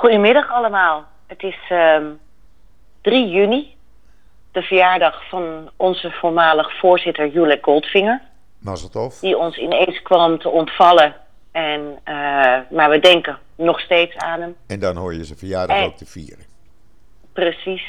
Goedemiddag allemaal. Het is 3 juni, de verjaardag van onze voormalig voorzitter Julek Goldfinger. Mazel tov. Die ons ineens kwam te ontvallen. Maar we denken nog steeds aan hem. En dan hoor je zijn verjaardag ook te vieren. Precies.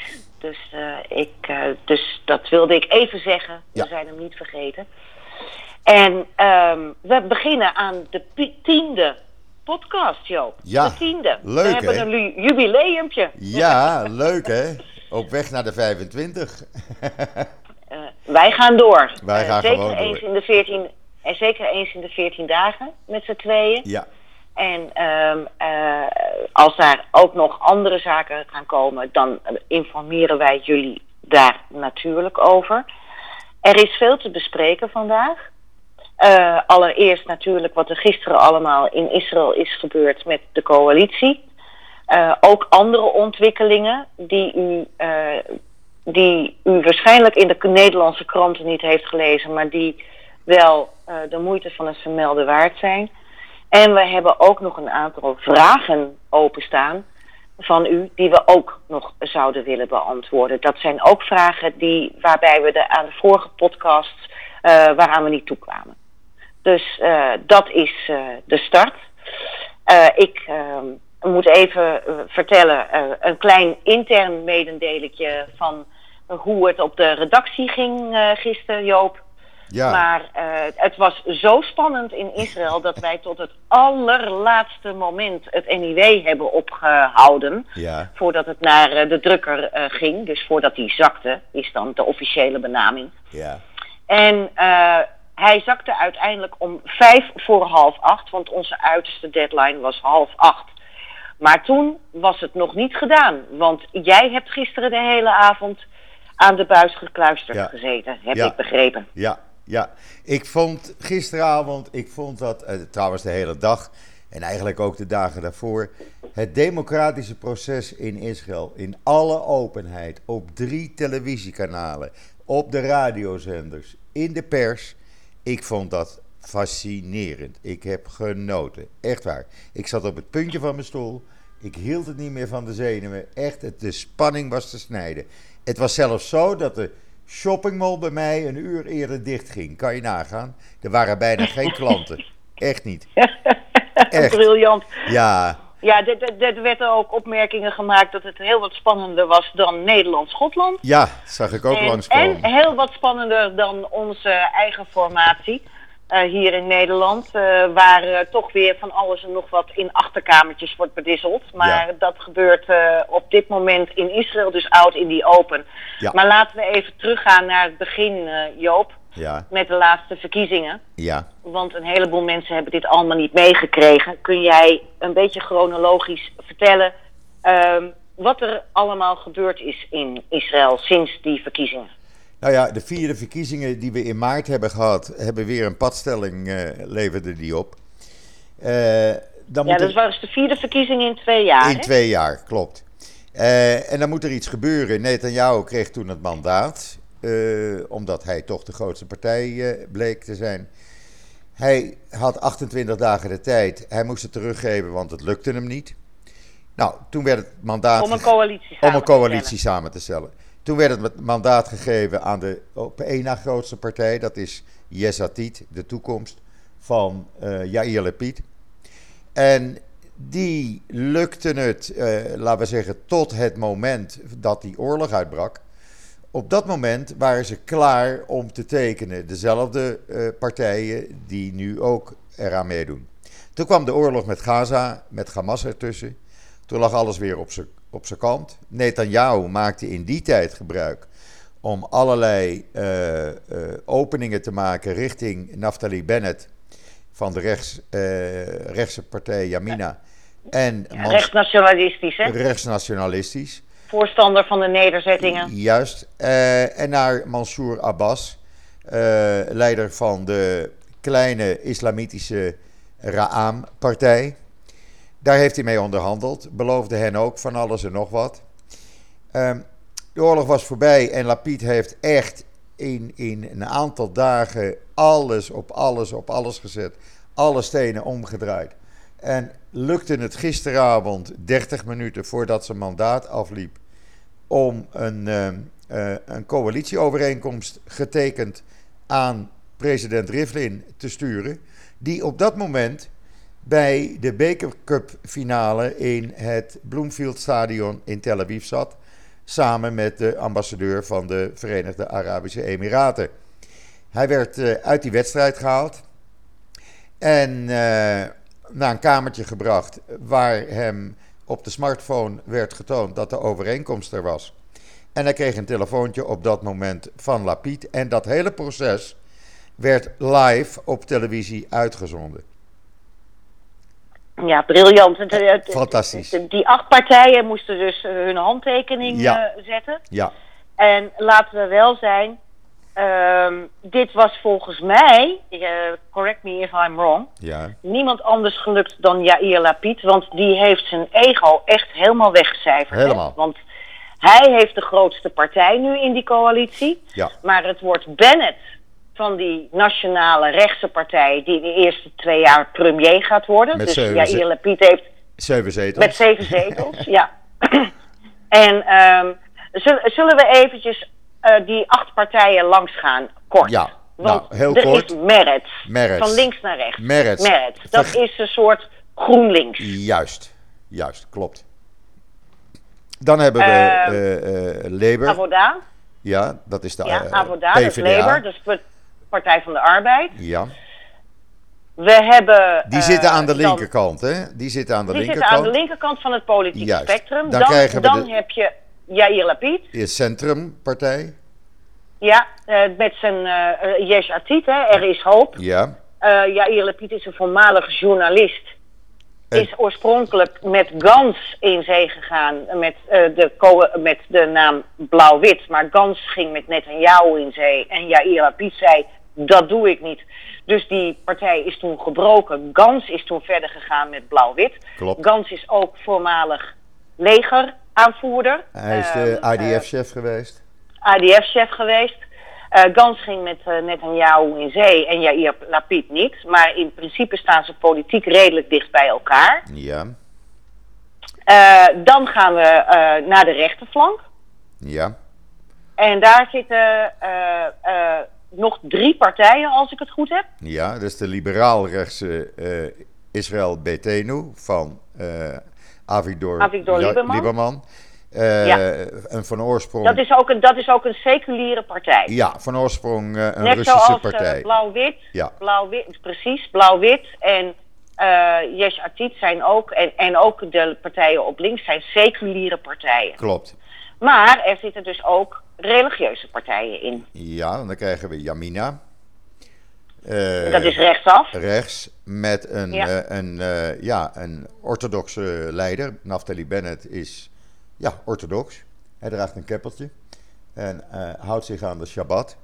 Dus dat wilde ik even zeggen. Ja. We zijn hem niet vergeten. En we beginnen aan de 10e podcast, Joop. Ja, de 10e. leuk, we hebben een jubileumpje. Ja, leuk hè. Op weg naar de 25. Wij gaan door. Wij gaan zeker gewoon eens door. in de 14, en zeker eens in de 14 dagen met z'n tweeën. Ja. En als daar ook nog andere zaken gaan komen, dan informeren wij jullie daar natuurlijk over. Er is veel te bespreken vandaag. Allereerst natuurlijk wat er gisteren allemaal in Israël is gebeurd met de coalitie. Ook andere ontwikkelingen die u waarschijnlijk in de Nederlandse kranten niet heeft gelezen, maar die wel de moeite van het vermelden waard zijn. En we hebben ook nog een aantal vragen openstaan van u die we ook nog zouden willen beantwoorden. Dat zijn ook vragen waarbij we aan de vorige podcast waaraan we niet toekwamen. Dus dat is de start. Ik moet even vertellen, een klein intern mededelingje van hoe het op de redactie ging gisteren, Joop. Ja. Maar het was zo spannend in Israël dat wij tot het allerlaatste moment het NIW hebben opgehouden. Ja. Voordat het naar de drukker ging. Dus voordat hij zakte, is dan de officiële benaming. Ja. En hij zakte uiteindelijk om 7:55, want onze uiterste deadline was 7:30. Maar toen was het nog niet gedaan. Want jij hebt gisteren de hele avond aan de buis gekluisterd gezeten, heb ik begrepen. Ja. Ik vond gisteravond, dat, trouwens de hele dag en eigenlijk ook de dagen daarvoor, het democratische proces in Israël in alle openheid, op 3 televisiekanalen, op de radiozenders, in de pers. Ik vond dat fascinerend. Ik heb genoten. Echt waar. Ik zat op het puntje van mijn stoel. Ik hield het niet meer van de zenuwen. Echt, de spanning was te snijden. Het was zelfs zo dat de shoppingmall bij mij een uur eerder dicht ging. Kan je nagaan? Er waren bijna geen klanten. Echt niet. Echt. Briljant. Ja. Ja, er werden ook opmerkingen gemaakt dat het heel wat spannender was dan Nederland-Schotland. Ja, zag ik ook langskomen. En heel wat spannender dan onze eigen formatie hier in Nederland. Waar toch weer van alles en nog wat in achterkamertjes wordt bedisseld. Maar dat gebeurt op dit moment in Israël dus out in die open. Ja. Maar laten we even teruggaan naar het begin, Joop. Ja. Met de laatste verkiezingen. Ja. Want een heleboel mensen hebben dit allemaal niet meegekregen. Kun jij een beetje chronologisch vertellen wat er allemaal gebeurd is in Israël sinds die verkiezingen? Nou ja, de 4e verkiezingen die we in maart hebben gehad, hebben weer een padstelling, leverde die op. Dat was de 4e verkiezing in 2 jaar. In 2 jaar, klopt. En dan moet er iets gebeuren. Netanyahu kreeg toen het mandaat, omdat hij toch de grootste partij bleek te zijn. Hij had 28 dagen de tijd. Hij moest het teruggeven, want het lukte hem niet. Nou, toen werd het mandaat... Om een coalitie samen te stellen. Toen werd het mandaat gegeven aan de op één na grootste partij. Dat is Yesh Atid, de toekomst van Yair Lapid. En die lukte het, laten we zeggen, tot het moment dat die oorlog uitbrak. Op dat moment waren ze klaar om te tekenen. Dezelfde partijen die nu ook eraan meedoen. Toen kwam de oorlog met Gaza, met Hamas ertussen. Toen lag alles weer op zijn kant. Netanyahu maakte in die tijd gebruik om allerlei openingen te maken richting Naftali Bennett van de rechtse partij Yamina. En rechtsnationalistisch, hè? Rechtsnationalistisch. Voorstander van de nederzettingen. Juist. En naar Mansour Abbas, leider van de kleine islamitische Ra'am-partij. Daar heeft hij mee onderhandeld. Beloofde hen ook van alles en nog wat. De oorlog was voorbij en Lapid heeft echt in een aantal dagen alles op alles gezet. Alle stenen omgedraaid. En lukte het gisteravond, 30 minuten voordat zijn mandaat afliep, om een coalitieovereenkomst getekend aan president Rivlin te sturen, die op dat moment bij de Bekercup finale in het Bloomfield Stadion in Tel Aviv zat, samen met de ambassadeur van de Verenigde Arabische Emiraten. Hij werd uit die wedstrijd gehaald en naar een kamertje gebracht waar hem op de smartphone werd getoond dat de overeenkomst er was. En hij kreeg een telefoontje op dat moment van Lapid en dat hele proces werd live op televisie uitgezonden. Ja, briljant. Fantastisch. Die 8 partijen moesten dus hun handtekening zetten. Ja. En laten we wel zijn, dit was volgens mij, correct me if I'm wrong, niemand anders gelukt dan Yair Lapid, want die heeft zijn ego echt helemaal weggecijferd. Helemaal. Hè? Want hij heeft de grootste partij nu in die coalitie, maar het wordt Bennett van die nationale rechtse partij die de eerste 2 jaar premier gaat worden. Met dus 7 Yair Lapid heeft 7 zetels. Met 7 zetels, ja. En zullen we eventjes die 8 partijen langsgaan, kort. Ja, want heel er kort. Is Meretz, van links naar rechts. Meretz. Dat is een soort GroenLinks. Juist, klopt. Dan hebben we Labour. Avoda. Ja, dat is de Avoda, PvdA. dat is Labour, dat is de Partij van de Arbeid. Ja. We hebben... Die zitten aan de linkerkant, hè? Die zitten aan de linkerkant van het politieke spectrum. Dan heb je Yair Lapid. De Centrumpartij. Ja, met zijn Yesh Atid, hè, er is hoop. Ja. Yair Lapid is een voormalig journalist. Is oorspronkelijk met Gans in zee gegaan met de naam Blauw-Wit. Maar Gans ging met Netanyahu in zee. En Yair Lapid zei, dat doe ik niet. Dus die partij is toen gebroken. Gans is toen verder gegaan met Blauw-Wit. Klopt. Gans is ook voormalig legeraanvoerder. Hij is de IDF-chef geweest. IDF-chef geweest. Gans ging met Netanyahu in zee en Yair Lapid niet. Maar in principe staan ze politiek redelijk dicht bij elkaar. Ja. Dan gaan we naar de rechterflank. Ja. En daar zitten nog 3 partijen, als ik het goed heb. Ja, dat is de liberaal-rechtse Israël Beitenu van Avigdor Lieberman. En van oorsprong... Dat is ook een seculiere partij. Ja, van oorsprong een net Russische partij. Net Blauw-Wit. Ja. Blauw-Wit, precies. Blauw-Wit en Yesh Atid zijn ook... En ook de partijen op links zijn seculiere partijen. Klopt. Maar er zitten dus ook religieuze partijen in. Ja, dan krijgen we Yamina. Dat is rechtsaf. Rechts, met een orthodoxe leider. Naftali Bennett is orthodox. Hij draagt een keppeltje en houdt zich aan de Shabbat.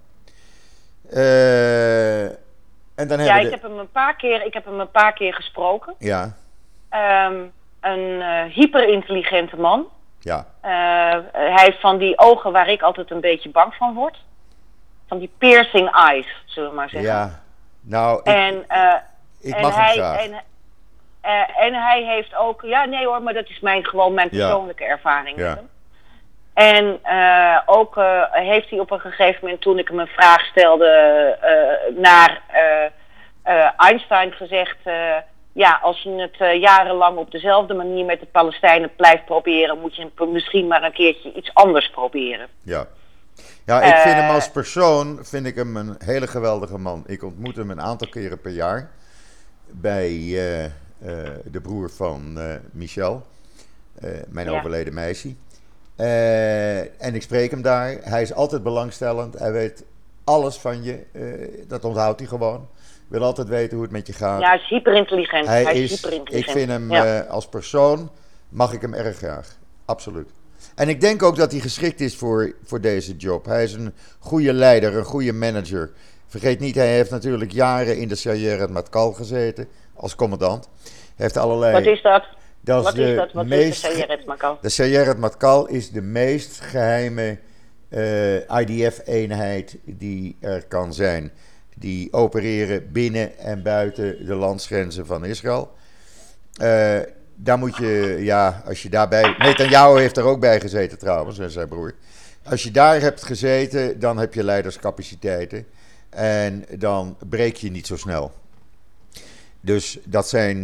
En dan ik heb hem een paar keer gesproken. Ja. Een hyperintelligente man. Ja. Hij heeft van die ogen waar ik altijd een beetje bang van word. Van die piercing eyes, zullen we maar zeggen. Ja, nou, ik mag hem graag. En hij heeft ook... Ja, nee hoor, maar dat is gewoon mijn persoonlijke ervaring met hem. En ook heeft hij op een gegeven moment, toen ik hem een vraag stelde naar Einstein gezegd... als je het jarenlang op dezelfde manier met de Palestijnen blijft proberen... moet je misschien maar een keertje iets anders proberen. Ja, ik vind hem als persoon een hele geweldige man. Ik ontmoet hem een aantal keren per jaar bij de broer van Michel, mijn overleden meisje. En ik spreek hem daar. Hij is altijd belangstellend. Hij weet alles van je. Dat onthoudt hij gewoon. Wil altijd weten hoe het met je gaat. Ja, hij is hyperintelligent. Ik vind hem als persoon, mag ik hem erg graag. Absoluut. En ik denk ook dat hij geschikt is voor deze job. Hij is een goede leider, een goede manager. Vergeet niet, hij heeft natuurlijk jaren in de Sayeret Matkal gezeten als commandant. Hij heeft allerlei... Wat is dat? Wat is de Sayeret Matkal? De Sayeret Matkal is de meest geheime IDF-eenheid die er kan zijn. Die opereren binnen en buiten de landsgrenzen van Israël. Daar moet je, ja, als je daarbij... Netanyahu heeft er ook bij gezeten trouwens, en zijn broer. Als je daar hebt gezeten, dan heb je leiderscapaciteiten. En dan breek je niet zo snel. Dus dat zijn,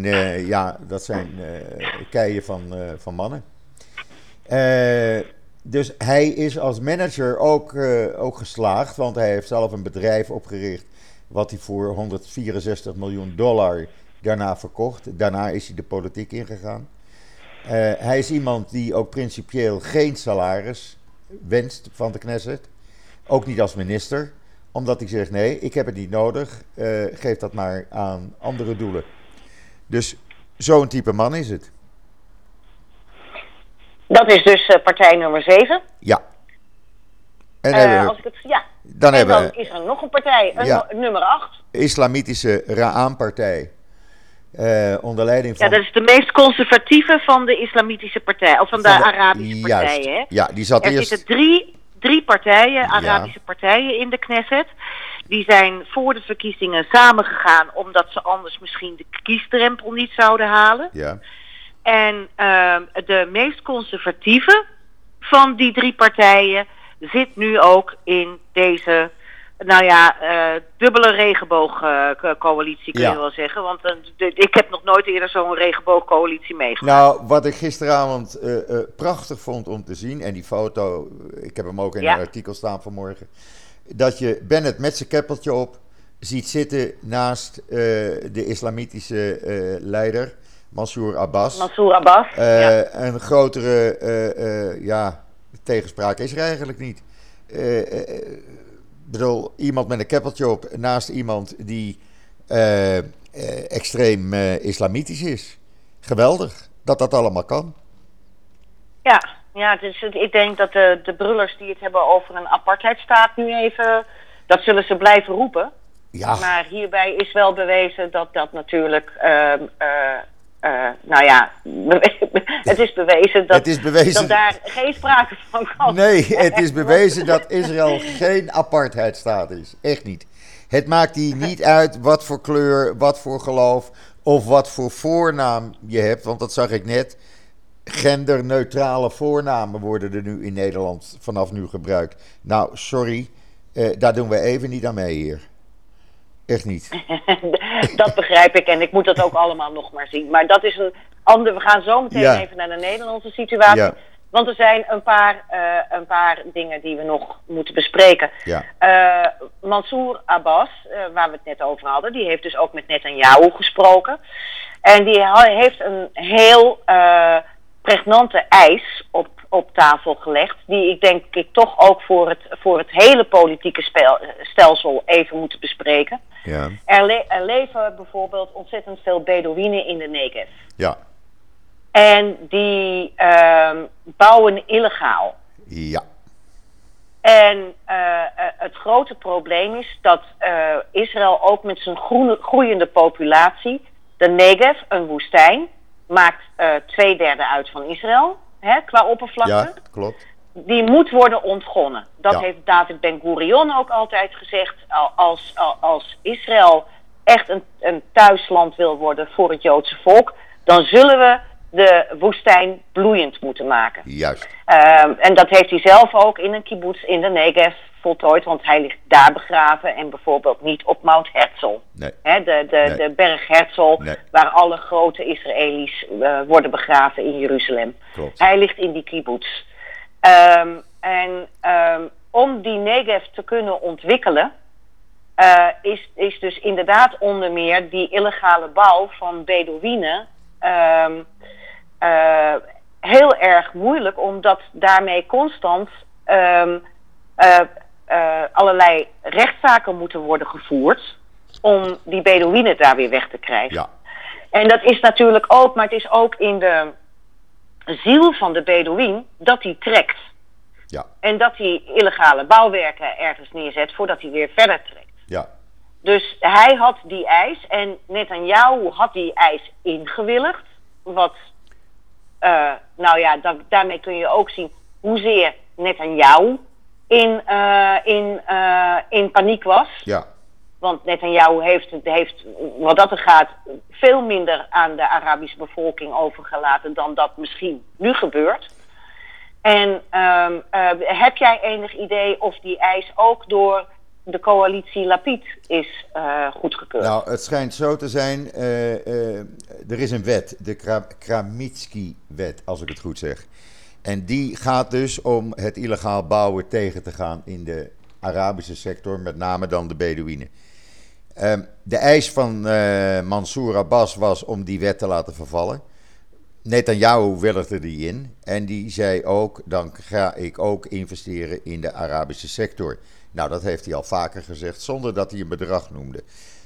keien van mannen. Dus hij is als manager ook geslaagd, want hij heeft zelf een bedrijf opgericht wat hij voor $164 miljoen daarna verkocht. Daarna is hij de politiek ingegaan. Hij is iemand die ook principieel geen salaris wenst van de Knesset. Ook niet als minister. Omdat hij zegt, nee, ik heb het niet nodig. Geef dat maar aan andere doelen. Dus zo'n type man is het. Dat is dus partij nummer 7. Ja. En dan is er nog een partij, nummer 8. Islamitische Ra'an-partij. Onder leiding van... Ja, dat is de meest conservatieve van de islamitische partij, of van de Arabische partijen. Hè? Ja, die zat eerst... Er zitten drie partijen, Arabische partijen in de Knesset. Die zijn voor de verkiezingen samengegaan, omdat ze anders misschien de kiesdrempel niet zouden halen. Ja. En de meest conservatieve van die 3 partijen zit nu ook in deze, dubbele regenboogcoalitie, kun je wel zeggen. Want ik heb nog nooit eerder zo'n regenboogcoalitie meegemaakt. Nou, wat ik gisteravond prachtig vond om te zien, en die foto, ik heb hem ook in een artikel staan vanmorgen, dat je Bennett met zijn keppeltje op ziet zitten naast de islamitische leider, Mansour Abbas. Een grotere tegenspraak is er eigenlijk niet. Ik bedoel, iemand met een keppeltje op naast iemand die extreem islamitisch is. Geweldig dat dat allemaal kan. Ja, dus ik denk dat de brullers die het hebben over een apartheidstaat nu even, dat zullen ze blijven roepen. Ja. Maar hierbij is wel bewezen dat dat natuurlijk... het is bewezen dat daar geen sprake van kan. Nee, het is bewezen dat Israël geen apartheidstaat is. Echt niet. Het maakt hier niet uit wat voor kleur, wat voor geloof of wat voor voornaam je hebt. Want dat zag ik net. Genderneutrale voornamen worden er nu in Nederland vanaf nu gebruikt. Nou, sorry. Daar doen we even niet aan mee hier. Echt niet. Dat begrijp ik en ik moet dat ook allemaal nog maar zien. Maar dat is een ander. We gaan zo meteen even naar de Nederlandse situatie. Ja. Want er zijn een paar dingen die we nog moeten bespreken. Ja. Mansour Abbas, waar we het net over hadden, die heeft dus ook met Netanyahu gesproken. En die heeft een heel pregnante eis op tafel gelegd, die ik denk ik toch ook voor het hele politieke stelsel even moeten bespreken. Ja. Er leven bijvoorbeeld ontzettend veel Bedouinen in de Negev. Ja. En die bouwen illegaal. Ja. En het grote probleem is dat Israël ook met zijn groeiende populatie, de Negev, een woestijn, maakt 2/3 uit van Israël, qua oppervlakte. Ja, klopt. Die moet worden ontgonnen. Dat heeft David Ben-Gurion ook altijd gezegd. Als Israël echt een thuisland wil worden voor het Joodse volk, dan zullen we de woestijn bloeiend moeten maken. Juist. En dat heeft hij zelf ook in een kibbutz in de Negev voltooid, want hij ligt daar begraven en bijvoorbeeld niet op Mount Herzl. Nee. De berg Herzl, waar alle grote Israëli's worden begraven in Jeruzalem. Klopt. Hij ligt in die kibbutz. Om die Negev te kunnen ontwikkelen, is dus inderdaad onder meer die illegale bouw van Bedouinen heel erg moeilijk, omdat daarmee constant allerlei rechtszaken moeten worden gevoerd om die Bedouinen daar weer weg te krijgen. Ja. En dat is natuurlijk ook, maar het is ook in de ziel van de Bedouin dat hij trekt. Ja. En dat hij illegale bouwwerken ergens neerzet voordat hij weer verder trekt. Ja. Dus hij had die eis en Netanyahu had die eis ingewilligd. Wat, daarmee kun je ook zien hoezeer Netanyahu in paniek was. Ja. Want Netanyahu heeft wat dat er gaat veel minder aan de Arabische bevolking overgelaten dan dat misschien nu gebeurt. En heb jij enig idee of die eis ook door de coalitie Lapid is goedgekeurd? Nou, het schijnt zo te zijn, er is een wet, de Kramitzky-wet, als ik het goed zeg. En die gaat dus om het illegaal bouwen tegen te gaan in de Arabische sector, met name dan de Bedouinen. De eis van Mansour Abbas was om die wet te laten vervallen. Netanyahu willigde die in en die zei ook, dan ga ik ook investeren in de Arabische sector. Nou, dat heeft hij al vaker gezegd, zonder dat hij een bedrag noemde.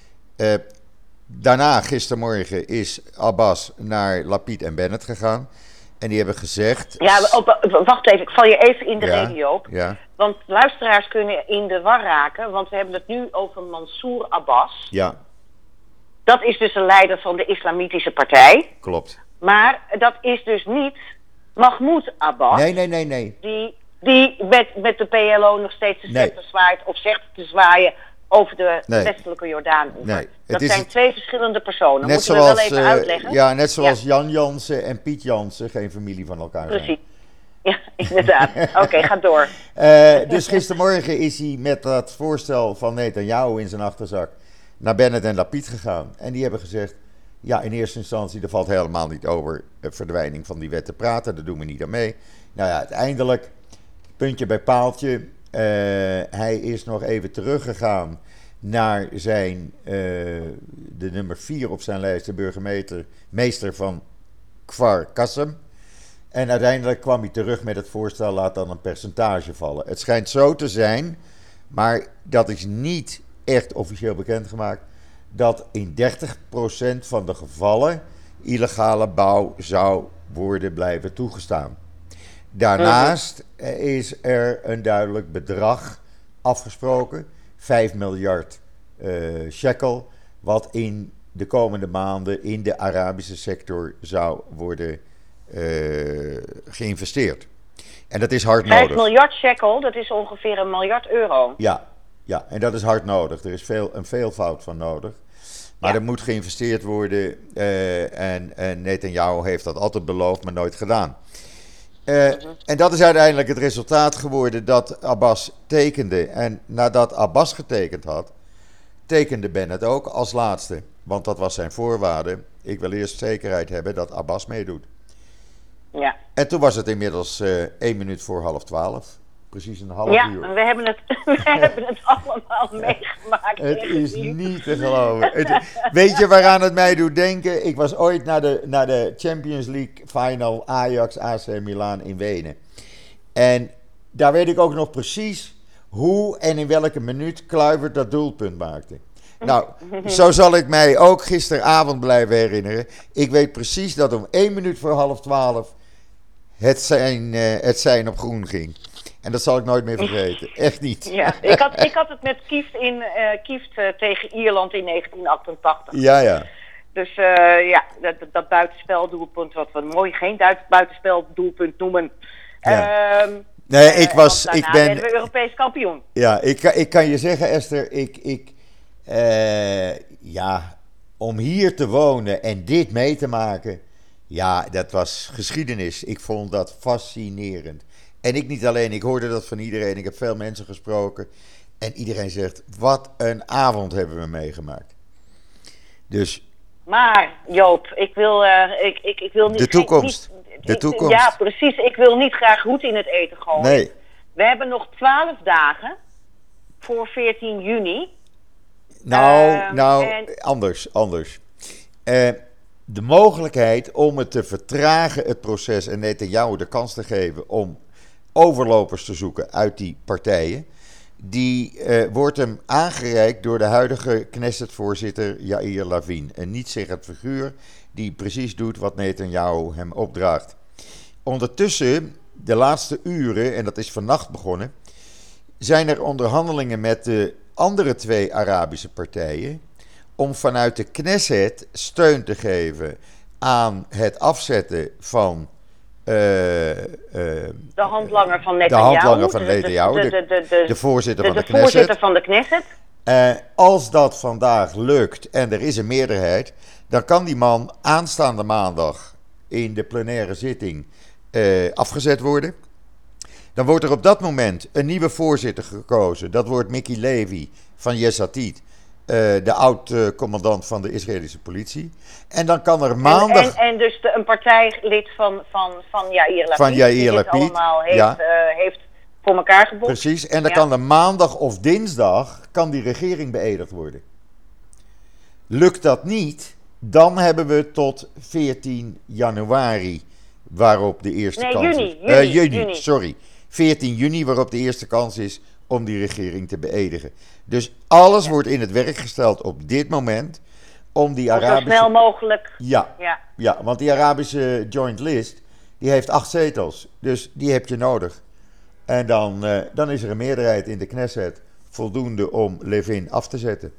Daarna, gistermorgen, is Abbas naar Lapid en Bennett gegaan. En die hebben gezegd... Ja, wacht even, ik val je even in de reden, Joop. Ja. Want luisteraars kunnen in de war raken, want we hebben het nu over Mansour Abbas. Ja. Dat is dus de leider van de Islamitische Partij. Klopt. Maar dat is dus niet Mahmoud Abbas. Nee. Die met de PLO nog steeds de scepter zwaait of zegt te zwaaien over de westelijke Jordaan. Nee. Dat zijn twee verschillende personen. Net moeten we wel even uitleggen. Ja, net zoals Jan Jansen en Piet Jansen geen familie van elkaar zijn. Precies. Ja, inderdaad. Oké, ga door. Dus gistermorgen is hij met dat voorstel van Netanyahu in zijn achterzak naar Bennett en Lapid gegaan. En die hebben gezegd, ja, in eerste instantie, er valt helemaal niet over verdwijning van die wet te praten. Daar doen we niet aan mee. Nou ja, uiteindelijk, puntje bij paaltje. Hij is nog even teruggegaan naar zijn, de nummer 4 op zijn lijst, de burgemeester van Kfar Qassem. En uiteindelijk kwam hij terug met het voorstel, laat dan een percentage vallen. Het schijnt zo te zijn, maar dat is niet echt officieel bekendgemaakt, dat in 30% van de gevallen illegale bouw zou worden blijven toegestaan. Daarnaast is er een duidelijk bedrag afgesproken, 5 miljard shekel, wat in de komende maanden in de Arabische sector zou worden geïnvesteerd. En dat is hard nodig. 5 miljard shekel, dat is ongeveer €1 miljard. Ja, en dat is hard nodig. Er is een veelvoud van nodig. Maar er moet geïnvesteerd worden en Netanyahu heeft dat altijd beloofd, maar nooit gedaan. En dat is uiteindelijk het resultaat geworden dat Abbas tekende. En nadat Abbas getekend had, tekende Bennett ook als laatste. Want dat was zijn voorwaarde. Ik wil eerst zekerheid hebben dat Abbas meedoet. Ja. En toen was het inmiddels 1 minuut voor 11:30. Precies een half uur. Ja, we hebben het allemaal meegemaakt. Het is niet te geloven. Weet je waaraan het mij doet denken? Ik was ooit naar de Champions League final Ajax-AC Milan in Wenen. En daar weet ik ook nog precies hoe en in welke minuut Kluivert dat doelpunt maakte. Nou, zo zal ik mij ook gisteravond blijven herinneren. Ik weet precies dat om 1 minuut voor 11:30 het sein op groen ging. En dat zal ik nooit meer vergeten. Echt niet. Ja, ik had het met Kieft tegen Ierland in 1988. Ja. Dus dat buitenspeldoelpunt, wat we mooi geen buitenspeldoelpunt noemen. Ja. Ik ben werden we Europees kampioen. Ja, ik kan je zeggen, Esther, om hier te wonen en dit mee te maken, ja, dat was geschiedenis. Ik vond dat fascinerend. En ik niet alleen, ik hoorde dat van iedereen. Ik heb veel mensen gesproken. En iedereen zegt, wat een avond hebben we meegemaakt. Dus... Maar, Joop, ik wil niet... De toekomst. De toekomst. Ja, precies. Ik wil niet graag roet in het eten gooien. Nee. We hebben nog 12 dagen voor 14 juni. Anders. De mogelijkheid om het te vertragen, het proces, en Netanyahu de kans te geven om overlopers te zoeken uit die partijen, die wordt hem aangereikt door de huidige Knesset-voorzitter Yair Lavin. Een niet-zeggend figuur die precies doet wat Netanyahu hem opdraagt. Ondertussen, de laatste uren, en dat is vannacht begonnen, zijn er onderhandelingen met de andere 2 Arabische partijen om vanuit de Knesset steun te geven aan het afzetten van de handlanger van Netanyahu. De handlanger van Netanyahu, de voorzitter van de Knesset. Voorzitter van de Knesset. Als dat vandaag lukt en er is een meerderheid, dan kan die man aanstaande maandag in de plenaire zitting afgezet worden. Dan wordt er op dat moment een nieuwe voorzitter gekozen. Dat wordt Miki Levy van Yesh Atid, de oud-commandant van de Israëlische politie. En dan kan er maandag... En dus een partijlid van Yair Lapid. Van Yair Lapid, die dit allemaal ja. heeft voor elkaar gebonden. Precies, en dan kan er maandag of dinsdag kan die regering beëdigd worden. Lukt dat niet, dan hebben we tot 14 januari waarop de eerste kans is. Juni, sorry. 14 juni waarop de eerste kans is om die regering te beëdigen. Dus alles wordt in het werk gesteld op dit moment om die Arabische... Zo snel mogelijk. Ja, want die Arabische Joint List, die heeft 8 zetels. Dus die heb je nodig. En dan is er een meerderheid in de Knesset voldoende om Levin af te zetten.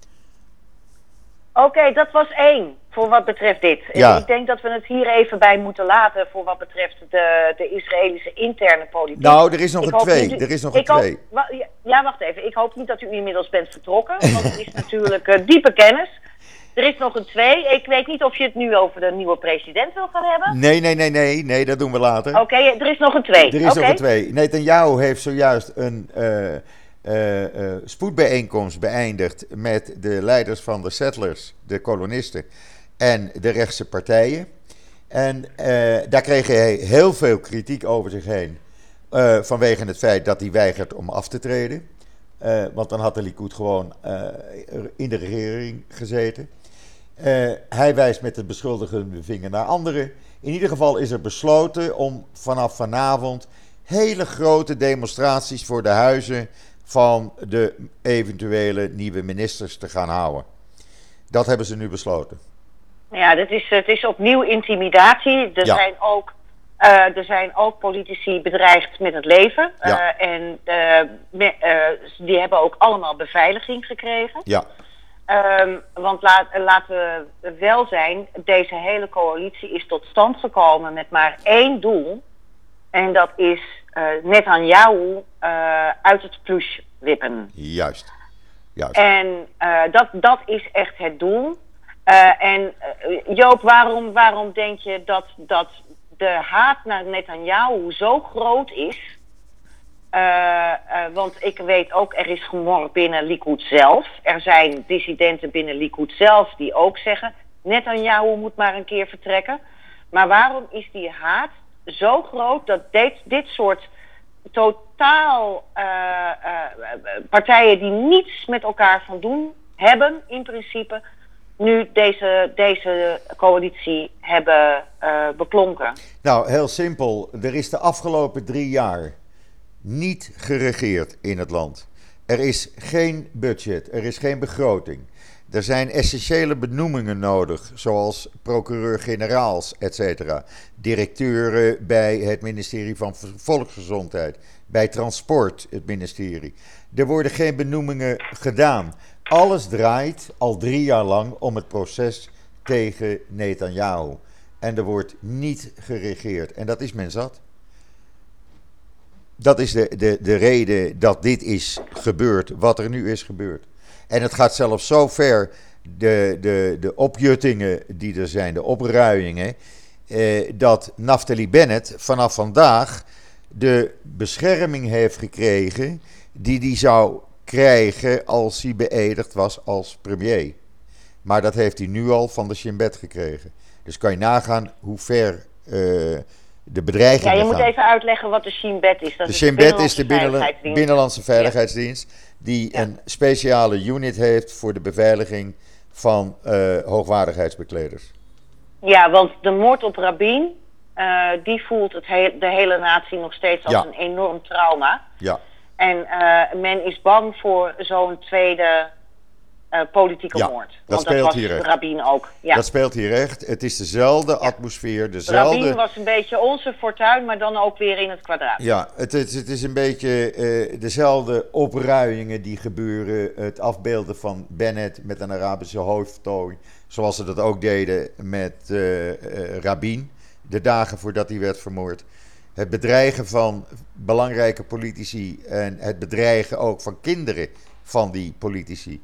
Oké, dat was 1 voor wat betreft dit. Ja. Ik denk dat we het hier even bij moeten laten voor wat betreft de Israëlische interne politiek. Nou, er is nog een 2. Ja, wacht even. Ik hoop niet dat u inmiddels bent vertrokken, want het is natuurlijk diepe kennis. Er is nog een 2. Ik weet niet of je het nu over de nieuwe president wil gaan hebben. Nee, dat doen we later. Oké, er is nog een 2. Er is nog een 2. Netanyahu heeft zojuist een spoedbijeenkomst beëindigd met de leiders van de settlers, de kolonisten en de rechtse partijen. En daar kreeg hij heel veel kritiek over zich heen vanwege het feit dat hij weigert om af te treden. Want dan had de Likud gewoon in de regering gezeten. Hij wijst met de beschuldigende vinger naar anderen. In ieder geval is er besloten om vanaf vanavond hele grote demonstraties voor de huizen van de eventuele nieuwe ministers te gaan houden. Dat hebben ze nu besloten. Ja, het is opnieuw intimidatie. Er zijn ook politici bedreigd met het leven. Ja. Die hebben ook allemaal beveiliging gekregen. Ja. Want laten we wel zijn, deze hele coalitie is tot stand gekomen met maar 1 doel. En dat is Netanyahu uit het plush wippen. Juist. En dat is echt het doel. Joop, waarom denk je dat de haat naar Netanyahu zo groot is? Want ik weet ook, er is gemor binnen Likud zelf. Er zijn dissidenten binnen Likud zelf die ook zeggen, Netanyahu moet maar een keer vertrekken. Maar waarom is die haat zo groot dat dit soort totaal partijen die niets met elkaar van doen hebben, in principe, nu deze coalitie hebben beklonken? Nou, heel simpel. Er is de afgelopen 3 jaar niet geregeerd in het land. Er is geen budget, er is geen begroting. Er zijn essentiële benoemingen nodig, zoals procureur-generaals, etc. Directeuren bij het ministerie van Volksgezondheid, bij Transport, het ministerie. Er worden geen benoemingen gedaan. Alles draait al 3 jaar lang om het proces tegen Netanyahu. En er wordt niet geregeerd. En dat is men zat. Dat is de reden dat dit is gebeurd, wat er nu is gebeurd. En het gaat zelfs zo ver, de opjuttingen die er zijn, de opruiingen, dat Naftali Bennett vanaf vandaag de bescherming heeft gekregen die hij zou krijgen als hij beëdigd was als premier. Maar dat heeft hij nu al van de Shin Bet gekregen. Dus kan je nagaan hoe ver de bedreigingen gaan. Ja, je moet even uitleggen wat de Shin Bet is. De Shin Bet is de Binnenlandse Veiligheidsdienst die een speciale unit heeft voor de beveiliging van hoogwaardigheidsbekleders. Ja, want de moord op Rabin, die voelt de hele natie nog steeds als een enorm trauma. Ja. En men is bang voor zo'n tweede politieke moord. Dat speelt hier echt. Rabin ook. Ja. Dat speelt hier echt. Het is dezelfde atmosfeer, dezelfde... Rabin was een beetje onze fortuin, maar dan ook weer in het kwadraat. Ja, het is een beetje dezelfde opruiingen die gebeuren. Het afbeelden van Bennett met een Arabische hoofdtooi, zoals ze dat ook deden met Rabin, de dagen voordat hij werd vermoord. Het bedreigen van belangrijke politici en het bedreigen ook van kinderen van die politici.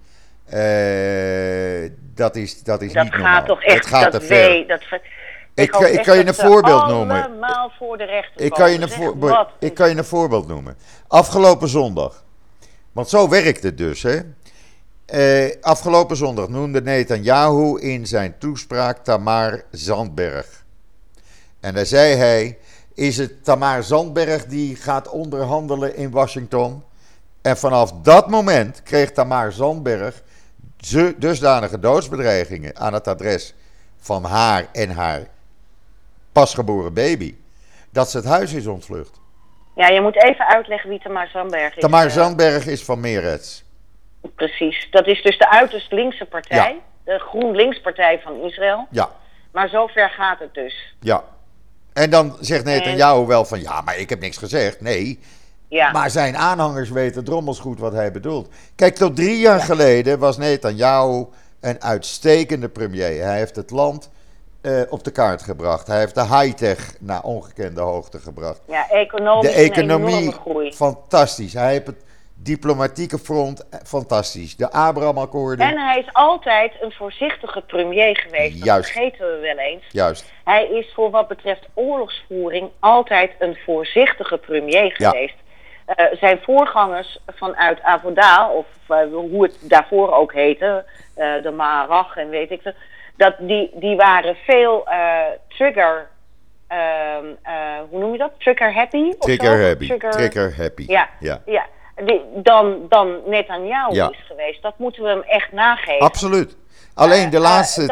Dat is Dat niet normaal. gaat toch echt, het gaat dat te ver. Ik Ik kan je een voorbeeld noemen. Allemaal voor de rechter Ik kan je een voorbeeld noemen. Afgelopen zondag. Want zo werkt het dus, hè. Afgelopen zondag noemde Netanyahu in zijn toespraak Tamar Zandberg. En daar zei hij, is het Tamar Zandberg die gaat onderhandelen in Washington? En vanaf dat moment kreeg Tamar Zandberg dusdanige doodsbedreigingen aan het adres van haar en haar pasgeboren baby, dat ze het huis is ontvlucht. Ja, je moet even uitleggen wie Tamar Zandberg is. Tamar Zandberg is van Meretz. Precies, dat is dus de uiterst linkse partij, de GroenLinks-partij van Israël. Ja. Maar zover gaat het dus. Ja. En dan zegt Netanyahu wel van, ja, maar ik heb niks gezegd. Nee, maar zijn aanhangers weten drommels goed wat hij bedoelt. Kijk, tot 3 jaar geleden was Netanyahu een uitstekende premier. Hij heeft het land op de kaart gebracht. Hij heeft de high-tech naar ongekende hoogte gebracht. Ja, economisch de economie, een enorme groei. Fantastisch. Hij heeft het diplomatieke front, fantastisch. De Abraham-akkoorden. En hij is altijd een voorzichtige premier geweest. Juist. Dat vergeten we wel eens. Juist. Hij is voor wat betreft oorlogsvoering altijd een voorzichtige premier geweest. Zijn voorgangers vanuit Avoda, of hoe het daarvoor ook heette, de Maharach en weet ik veel, die waren veel trigger, hoe noem je dat? Trigger happy? Trigger happy. Ja. Dan Netanyahu is geweest. Dat moeten we hem echt nageven. Absoluut. Alleen de laatste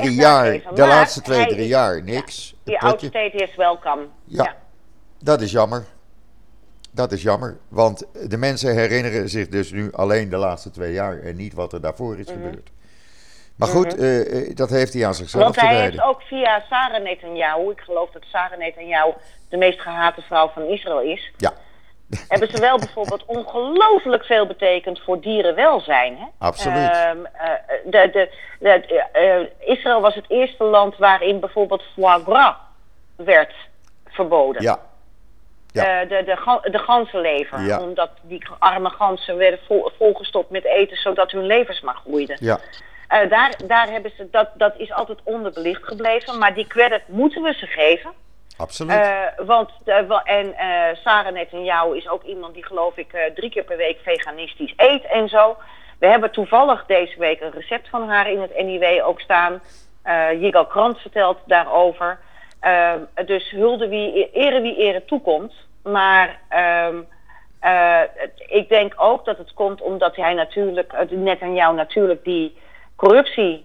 2-3 jaar, niks. Die oudstate is welcome. Ja, dat is jammer. Dat is jammer, want de mensen herinneren zich dus nu alleen de laatste 2 jaar en niet wat er daarvoor is gebeurd. Maar goed, dat heeft hij aan zichzelf te wijden. Want hij heeft ook via Sarah Netanyahu, ik geloof dat Sarah Netanyahu de meest gehate vrouw van Israël is. Ja. Hebben ze wel bijvoorbeeld ongelooflijk veel betekend voor dierenwelzijn. Hè? Absoluut. Israël was het eerste land waarin bijvoorbeeld foie gras werd verboden. Ja. De ganzenlever. Ja. Omdat die arme ganzen werden volgestopt met eten zodat hun levers maar groeiden. Ja. Daar hebben ze, dat is altijd onderbelicht gebleven. Maar die credit moeten we ze geven. Absoluut. Sarah Netanyahu is ook iemand die, geloof ik, 3 keer per week veganistisch eet en zo. We hebben toevallig deze week een recept van haar in het NIW ook staan. Yigal Krant vertelt daarover. Dus hulde wie ere toekomt. Maar ik denk ook dat het komt omdat hij natuurlijk, Netanyahu natuurlijk die corruptie...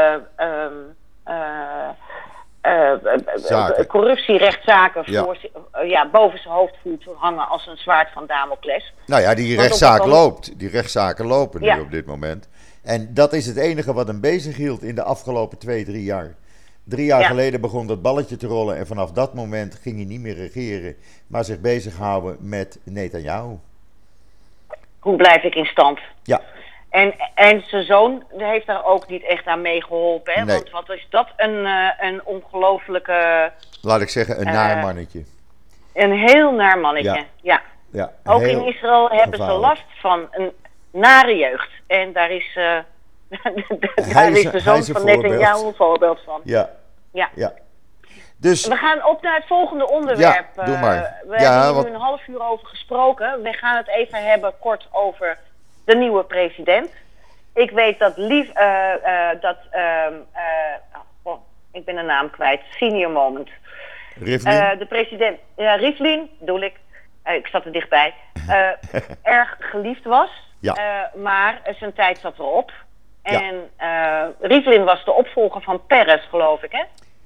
corruptierechtszaken boven zijn hoofd voelt hangen als een zwaard van Damocles. Nou ja, die rechtszaak loopt. Die rechtszaken lopen nu op dit moment. En dat is het enige wat hem bezig hield in de afgelopen 2-3 jaar. 3 jaar geleden begon dat balletje te rollen en vanaf dat moment ging hij niet meer regeren, maar zich bezighouden met Netanyahu. Hoe blijf ik in stand? Ja. En zijn zoon heeft daar ook niet echt aan meegeholpen. Hè? Nee. Want wat is dat een ongelofelijke... Laat ik zeggen, een naar mannetje. Een heel naar mannetje, ja. Ook in Israël hebben ze last van een nare jeugd. En daar is, daar is de zoon van Netanyahu een voorbeeld van. Ja. Dus, we gaan op naar het volgende onderwerp. Ja, doe maar. We hebben hier nu een half uur over gesproken. We gaan het even hebben kort over de nieuwe president. Ik weet dat ik ben de naam kwijt. Senior moment. Rivlin? De president, Rivlin, bedoel ik. Ik zat er dichtbij. Erg geliefd was. Ja. Maar zijn tijd zat erop. En Rivlin was de opvolger van Peres, geloof ik, hè?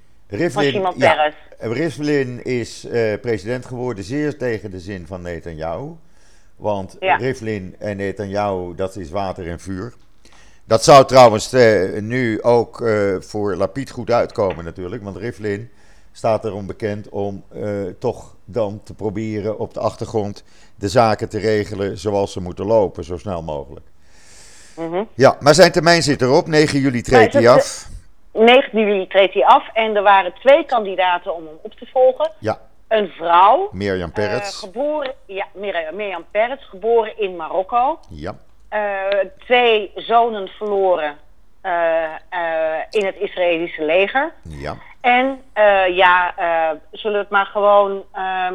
Rivlin is president geworden zeer tegen de zin van Netanyahu. Want Rivlin en Netanyahu, dat is water en vuur. Dat zou trouwens nu ook voor Lapid goed uitkomen natuurlijk. Want Rivlin staat erom bekend om toch dan te proberen op de achtergrond de zaken te regelen zoals ze moeten lopen, zo snel mogelijk. Mm-hmm. Ja, maar zijn termijn zit erop. 9 juli treedt hij af. 9 juli treedt hij af en er waren 2 kandidaten om hem op te volgen. Ja. Een vrouw. Mirjam Peretz. Mirjam Peretz, geboren in Marokko. Ja. 2 zonen verloren in het Israëlische leger. Ja. En zullen we het maar gewoon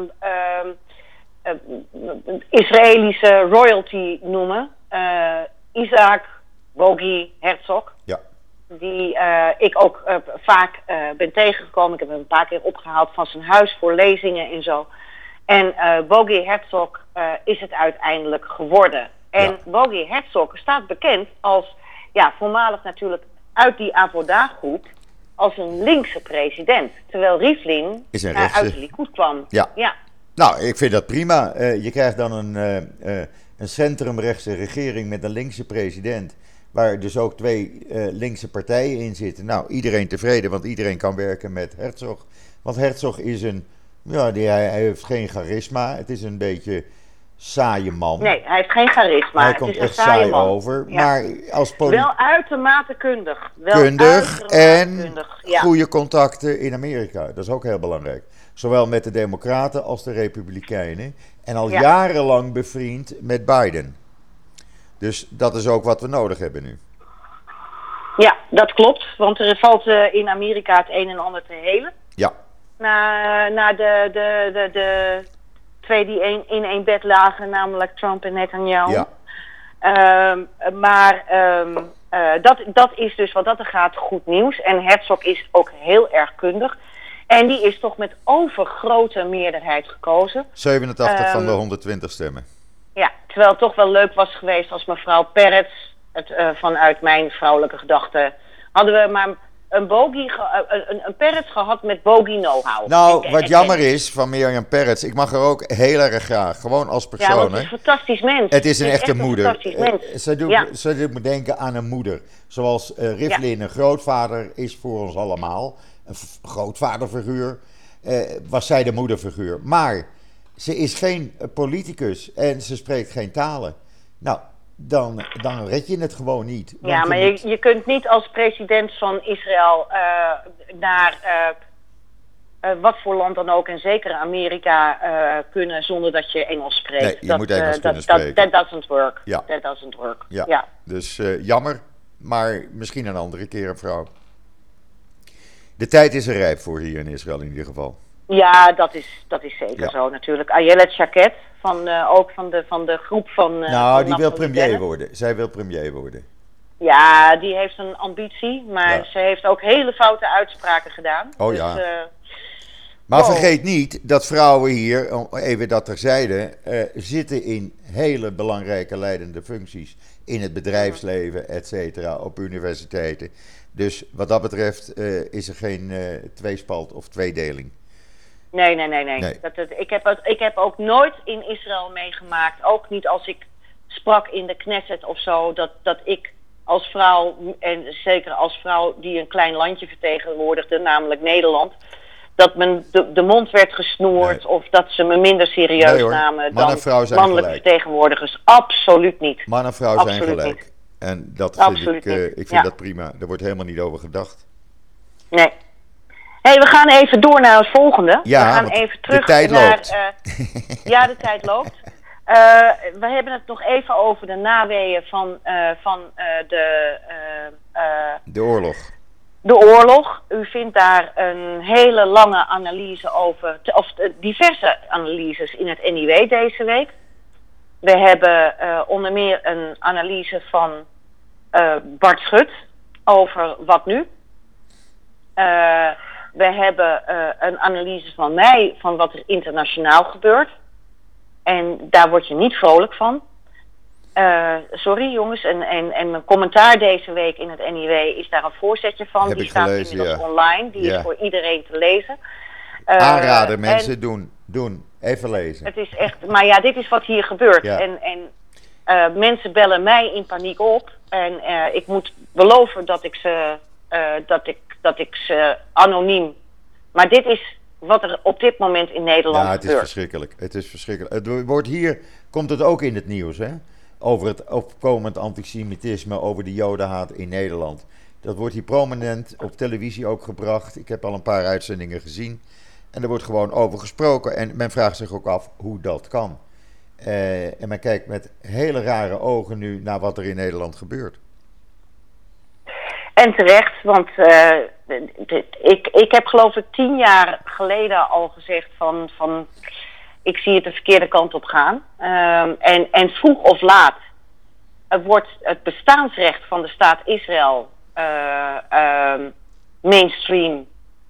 Israëlische royalty noemen. Isaac Bogi Herzog. Ja. Die ik ook vaak ben tegengekomen. Ik heb hem een paar keer opgehaald van zijn huis voor lezingen en zo. En Bogi Herzog is het uiteindelijk geworden. En Bogi Herzog staat bekend als, voormalig natuurlijk uit die Avoda-groep, als een linkse president. Terwijl Rivlin uit de Likud kwam. Ja. Nou, ik vind dat prima. Je krijgt dan een centrumrechtse regering met een linkse president, waar dus ook 2 linkse partijen in zitten. Nou, iedereen tevreden, want iedereen kan werken met Herzog. Want Herzog is hij heeft geen charisma. Het is een beetje saaie man. Nee, hij heeft geen charisma. Hij komt echt saai over. Ja. Maar als wel uitermate kundig. Kundig en goede contacten in Amerika. Dat is ook heel belangrijk. Zowel met de Democraten als de Republikeinen. En al jarenlang bevriend met Biden. Dus dat is ook wat we nodig hebben nu. Ja, dat klopt. Want er valt in Amerika het een en ander te helen. Ja. Na de 2 die in één bed lagen, namelijk Trump en Netanyahu. Ja. Dat is dus wat dat er gaat goed nieuws. En Herzog is ook heel erg kundig. En die is toch met overgrote meerderheid gekozen. 87 van de 120 stemmen. Ja, terwijl het toch wel leuk was geweest als mevrouw Peretz, vanuit mijn vrouwelijke gedachten, hadden we maar een Peretz gehad met Bogi know-how. Nou, wat jammer is van Mirjam Peretz, ik mag haar ook heel erg graag, gewoon als persoon. Ja, want het is een fantastisch mens. Het is een echte moeder. Ze doet me denken aan een moeder. Zoals Rivlin een grootvader is voor ons allemaal. Een grootvaderfiguur. Was zij de moederfiguur. Maar ze is geen politicus en ze spreekt geen talen. Nou, dan red je het gewoon niet. Ja, maar je kunt niet als president van Israël naar wat voor land dan ook, en zeker Amerika, kunnen zonder dat je Engels spreekt. Nee, je moet Engels kunnen spreken. That doesn't work. Ja. That doesn't work. Ja. Dus jammer, maar misschien een andere keer een vrouw. De tijd is er rijp voor hier in Israël in ieder geval. Ja, dat is zeker zo natuurlijk. Ayelet Shaked, ook van de groep van... die wil premier worden. Zij wil premier worden. Ja, die heeft een ambitie, maar ze heeft ook hele foute uitspraken gedaan. Oh dus, maar vergeet niet dat vrouwen hier, even dat terzijde, zitten in hele belangrijke leidende functies. In het bedrijfsleven, et cetera, op universiteiten. Dus wat dat betreft is er geen tweespalt of tweedeling. Nee. Ik heb ook nooit in Israël meegemaakt, ook niet als ik sprak in de Knesset of zo, dat ik als vrouw, en zeker als vrouw die een klein landje vertegenwoordigde, namelijk Nederland, dat men de mond werd gesnoerd of dat ze me minder serieus namen dan mannelijke vertegenwoordigers. Absoluut niet. Man en vrouw zijn gelijk. Niet. En dat vind ik vind dat prima. Er wordt helemaal niet over gedacht. Nee. We gaan even door naar het volgende. Ja, we gaan even terug de tijd loopt. De tijd loopt. We hebben het nog even over de naweeën van de oorlog. De oorlog. U vindt daar een hele lange analyse over, of diverse analyses in het NIW deze week. We hebben onder meer een analyse van Bart Schut over wat nu. We hebben een analyse van mij van wat er internationaal gebeurt. En daar word je niet vrolijk van. Sorry jongens, en mijn commentaar deze week in het NIW is daar een voorzetje van. Die staat inmiddels online, die is voor iedereen te lezen. Aanraden, mensen, doen. Even lezen. Het is echt, maar dit is wat hier gebeurt. Ja. En mensen bellen mij in paniek op. En ik moet beloven dat ik ze anoniem. Maar dit is wat er op dit moment in Nederland gebeurt. Ja, het is verschrikkelijk. Het wordt hier, komt het ook in het nieuws, hè? Over het opkomend antisemitisme, over de jodenhaat in Nederland. Dat wordt hier prominent op televisie ook gebracht. Ik heb al een paar uitzendingen gezien. En er wordt gewoon over gesproken. En men vraagt zich ook af hoe dat kan. En men kijkt met hele rare ogen nu naar wat er in Nederland gebeurt. En terecht, want ik heb geloof ik 10 jaar geleden al gezegd van ik zie het de verkeerde kant op gaan. En vroeg of laat wordt het bestaansrecht van de staat Israël mainstream.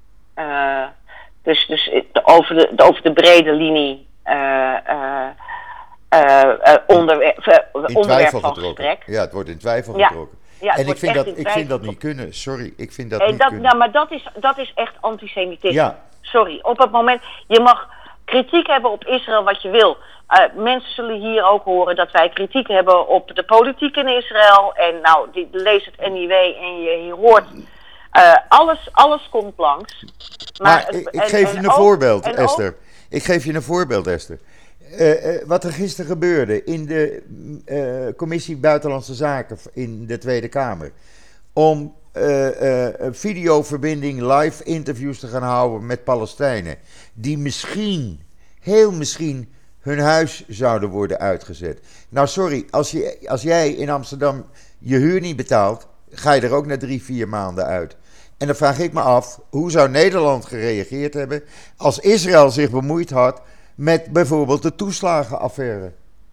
Dus over de brede linie onderwerp van gesprek. Ja, het wordt in twijfel getrokken. Ja, en ik vind dat niet kunnen. Sorry, ik vind dat niet kunnen. Nou, maar dat is echt antisemitisme. Ja. Sorry, op het moment... Je mag kritiek hebben op Israël wat je wil. Mensen zullen hier ook horen dat wij kritiek hebben op de politiek in Israël. En nou, lees het NIW en je hoort... alles komt langs. Maar ik geef je een voorbeeld, Esther. Ik geef je een voorbeeld, Esther. Wat er gisteren gebeurde in de Commissie Buitenlandse Zaken in de Tweede Kamer. Om een videoverbinding, live interviews te gaan houden met Palestijnen. Die misschien, heel misschien, hun huis zouden worden uitgezet. Nou sorry, als jij in Amsterdam je huur niet betaalt, ga je er ook na 3-4 maanden uit. En dan vraag ik me af, hoe zou Nederland gereageerd hebben als Israël zich bemoeid had met bijvoorbeeld de toeslagenaffaire?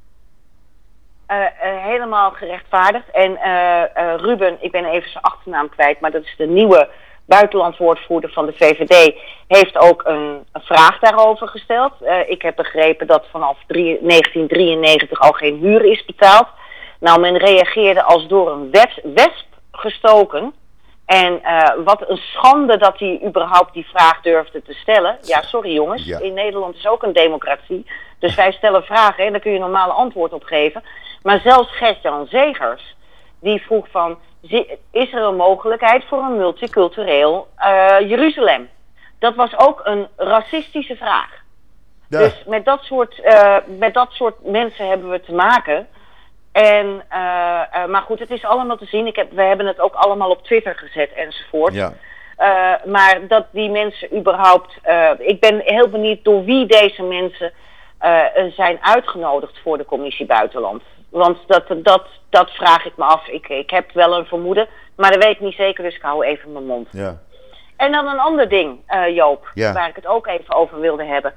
Helemaal gerechtvaardigd. En Ruben, ik ben even zijn achternaam kwijt, maar dat is de nieuwe buitenlandwoordvoerder van de VVD, heeft ook een vraag daarover gesteld. Ik heb begrepen dat vanaf 1993 al geen huur is betaald. Nou, men reageerde als door een wesp gestoken. En wat een schande dat hij überhaupt die vraag durfde te stellen. Ja, sorry jongens, ja. In Nederland is ook een democratie. Dus wij stellen vragen en daar kun je een normale antwoord op geven. Maar zelfs Gert-Jan Zegers, die vroeg van... Is er een mogelijkheid voor een multicultureel Jeruzalem? Dat was ook een racistische vraag. Ja. Dus met dat soort mensen hebben we te maken... En, maar goed, het is allemaal te zien. We hebben het ook allemaal op Twitter gezet enzovoort. Ja. Maar dat die mensen überhaupt... ik ben heel benieuwd door wie deze mensen zijn uitgenodigd voor de Commissie Buitenland. Want dat vraag ik me af. Ik heb wel een vermoeden, maar dat weet ik niet zeker, dus ik hou even mijn mond. Ja. En dan een ander ding, Joop, waar ik het ook even over wilde hebben.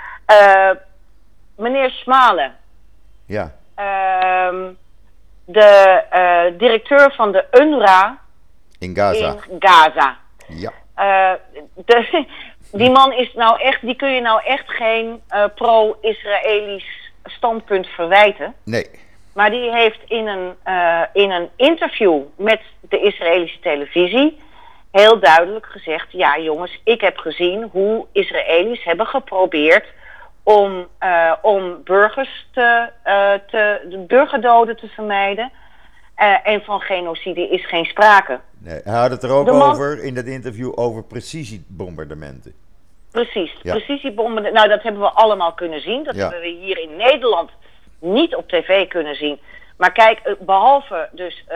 Meneer Smalen. Ja. De directeur van de UNRWA in Gaza. Ja. Die man is nou echt, die kun je nou echt geen pro-Israëlisch standpunt verwijten. Nee. Maar die heeft in een interview met de Israëlische televisie heel duidelijk gezegd: ja jongens, ik heb gezien hoe Israëli's hebben geprobeerd om burgers de burgerdoden te vermijden. En van genocide is geen sprake. Nee, hij had het er ook over in dat interview over precisiebombardementen. Precies, ja. Precisiebombardementen. Nou, dat hebben we allemaal kunnen zien. Dat hebben we hier in Nederland niet op tv kunnen zien. Maar kijk, behalve dus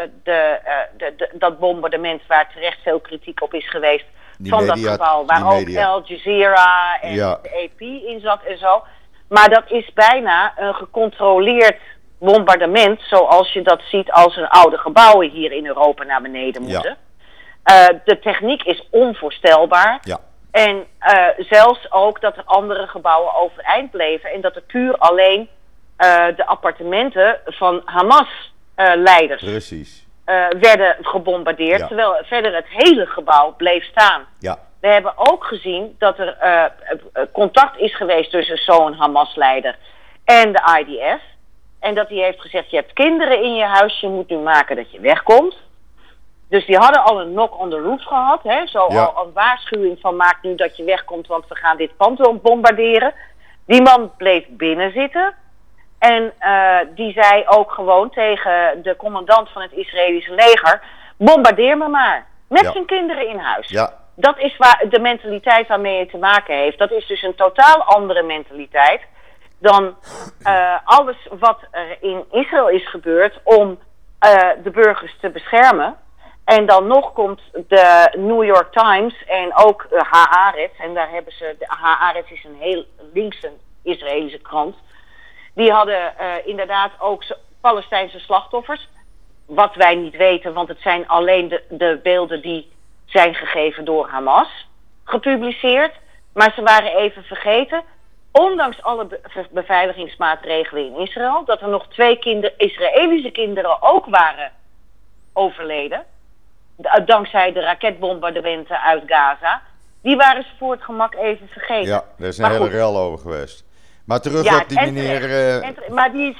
dat bombardement waar terecht veel kritiek op is geweest... dat gebouw waar ook Al Jazeera en de AP in zat en zo. Maar dat is bijna een gecontroleerd bombardement, zoals je dat ziet als een oude gebouwen hier in Europa naar beneden moeten. Ja. De techniek is onvoorstelbaar. Ja. En zelfs ook dat er andere gebouwen overeind bleven en dat er puur alleen de appartementen van Hamas-leiders werden gebombardeerd, terwijl verder het hele gebouw bleef staan. Ja. We hebben ook gezien dat er contact is geweest tussen zo'n Hamas-leider en de IDF. En dat hij heeft gezegd, je hebt kinderen in je huis, je moet nu maken dat je wegkomt. Dus die hadden al een knock on the roof gehad. Hè? Al een waarschuwing van maak nu dat je wegkomt, want we gaan dit pand bombarderen. Die man bleef binnen zitten. En die zei ook gewoon tegen de commandant van het Israëlische leger: bombardeer me maar. Met zijn kinderen in huis. Ja. Dat is de mentaliteit waarmee je te maken heeft. Dat is dus een totaal andere mentaliteit dan alles wat er in Israël is gebeurd om de burgers te beschermen. En dan nog komt de New York Times en ook Haaretz. En daar hebben ze, de Haaretz is een heel linkse Israëlische krant. Die hadden inderdaad ook Palestijnse slachtoffers. Wat wij niet weten, want het zijn alleen de beelden die zijn gegeven door Hamas gepubliceerd. Maar ze waren even vergeten, ondanks alle beveiligingsmaatregelen in Israël, dat er nog 2 Israëlische kinderen ook waren overleden. Dankzij de raketbombardementen uit Gaza. Die waren ze voor het gemak even vergeten. Ja, er is een hele rel over geweest. Maar terug op die meneer... maar die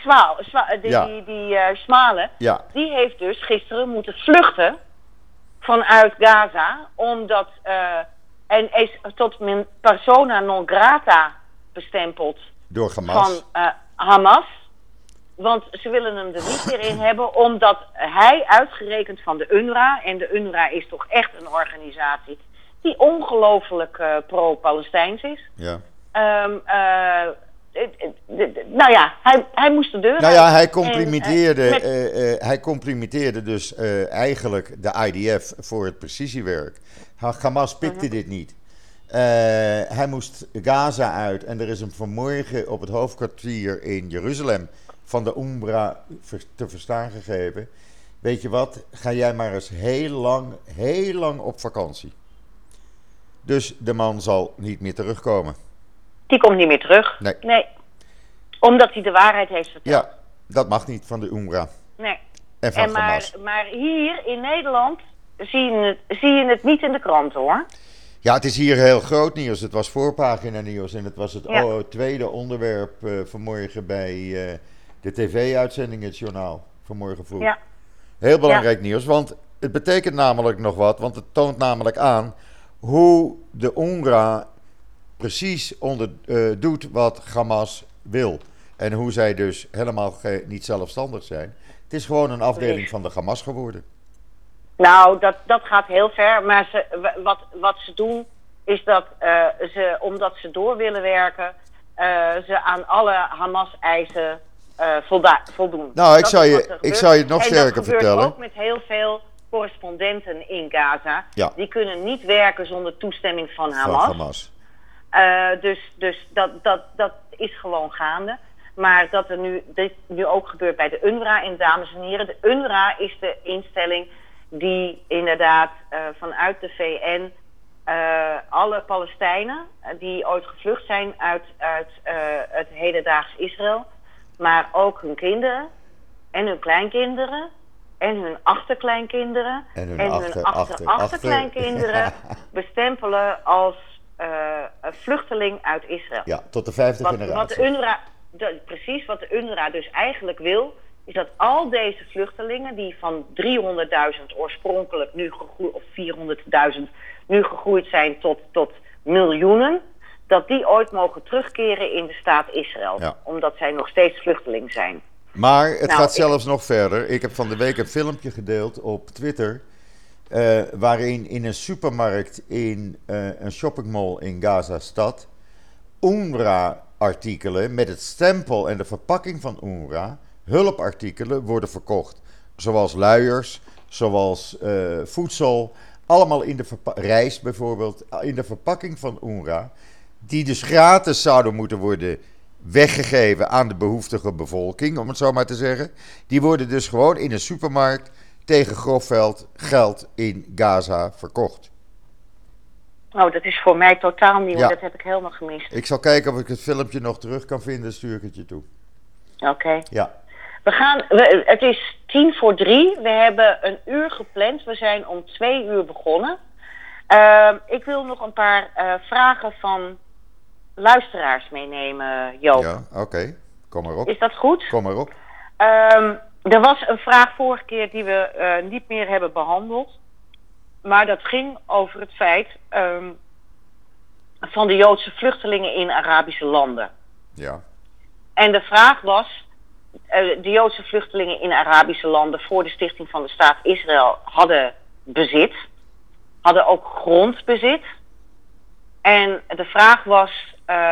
Smale, die heeft dus gisteren moeten vluchten vanuit Gaza, omdat en is tot persona non grata bestempeld door Hamas. Van Hamas. Want ze willen hem er niet meer in hebben, omdat hij uitgerekend van de UNRWA, en de UNRWA is toch echt een organisatie die ongelooflijk pro-Palestijns is. Ja. Nou ja, hij moest de deur uit. Ja, hij complimenteerde dus eigenlijk de IDF voor het precisiewerk. Hamas pikte dit niet. Hij moest Gaza uit en er is hem vanmorgen op het hoofdkwartier in Jeruzalem van de UNRWA te verstaan gegeven. Weet je wat, ga jij maar eens heel lang op vakantie. Dus de man zal niet meer terugkomen. Die komt niet meer terug. Nee. Omdat hij de waarheid heeft verteld. Ja, dat mag niet van de UNRWA. Nee. En van Hamas. Maar hier in Nederland zie je het niet in de kranten, hoor. Ja, het is hier heel groot nieuws. Het was voorpagina nieuws en het was het tweede onderwerp vanmorgen bij de tv-uitzending, het journaal, vanmorgen vroeg. Ja. Heel belangrijk nieuws, want het betekent namelijk nog wat, want het toont namelijk aan hoe de UNRWA precies doet wat Hamas wil. En hoe zij dus helemaal niet zelfstandig zijn. Het is gewoon een afdeling van de Hamas geworden. Nou, dat gaat heel ver. Maar wat ze doen is dat omdat ze door willen werken, ze aan alle Hamas-eisen voldoen. Nou, ik zou je het nog sterker vertellen. En dat gebeurt ook met heel veel correspondenten in Gaza. Ja. Die kunnen niet werken zonder toestemming van Hamas. Dus dat is gewoon gaande. Maar dat er dit nu ook gebeurt bij de UNRWA. En dames en heren, de UNRWA is de instelling die inderdaad vanuit de VN alle Palestijnen die ooit gevlucht zijn uit het hedendaags Israël, maar ook hun kinderen en hun kleinkinderen en hun achterkleinkinderen en hun achterkleinkinderen bestempelen als vluchteling uit Israël. Ja, tot de 5e generatie. Wat de UNRWA, precies wat de UNRWA dus eigenlijk wil, is dat al deze vluchtelingen die van 300.000 oorspronkelijk nu gegroeid, of 400.000 nu gegroeid zijn tot miljoenen, dat die ooit mogen terugkeren in de staat Israël. Ja. Omdat zij nog steeds vluchteling zijn. Maar het gaat zelfs nog verder. Ik heb van de week een filmpje gedeeld op Twitter, waarin in een supermarkt in een shoppingmall in Gaza-stad UNRWA-artikelen met het stempel en de verpakking van UNRWA, hulpartikelen, worden verkocht. Zoals luiers, zoals voedsel, allemaal in de rijst bijvoorbeeld, in de verpakking van UNRWA, die dus gratis zouden moeten worden weggegeven aan de behoeftige bevolking, om het zo maar te zeggen. Die worden dus gewoon in een supermarkt tegen grof geld in Gaza verkocht. Oh, dat is voor mij totaal nieuw. Ja. Dat heb ik helemaal gemist. Ik zal kijken of ik het filmpje nog terug kan vinden, stuur ik het je toe. Oké. Ja. Het is 2:45. We hebben een uur gepland. We zijn om 2:00 begonnen. Ik wil nog een paar vragen van luisteraars meenemen, Joop. Ja, oké. Kom maar op. Is dat goed? Kom maar op. Er was een vraag vorige keer die we niet meer hebben behandeld. Maar dat ging over het feit van de Joodse vluchtelingen in Arabische landen. Ja. En de vraag was, de Joodse vluchtelingen in Arabische landen voor de stichting van de staat Israël hadden ook grondbezit. En de vraag was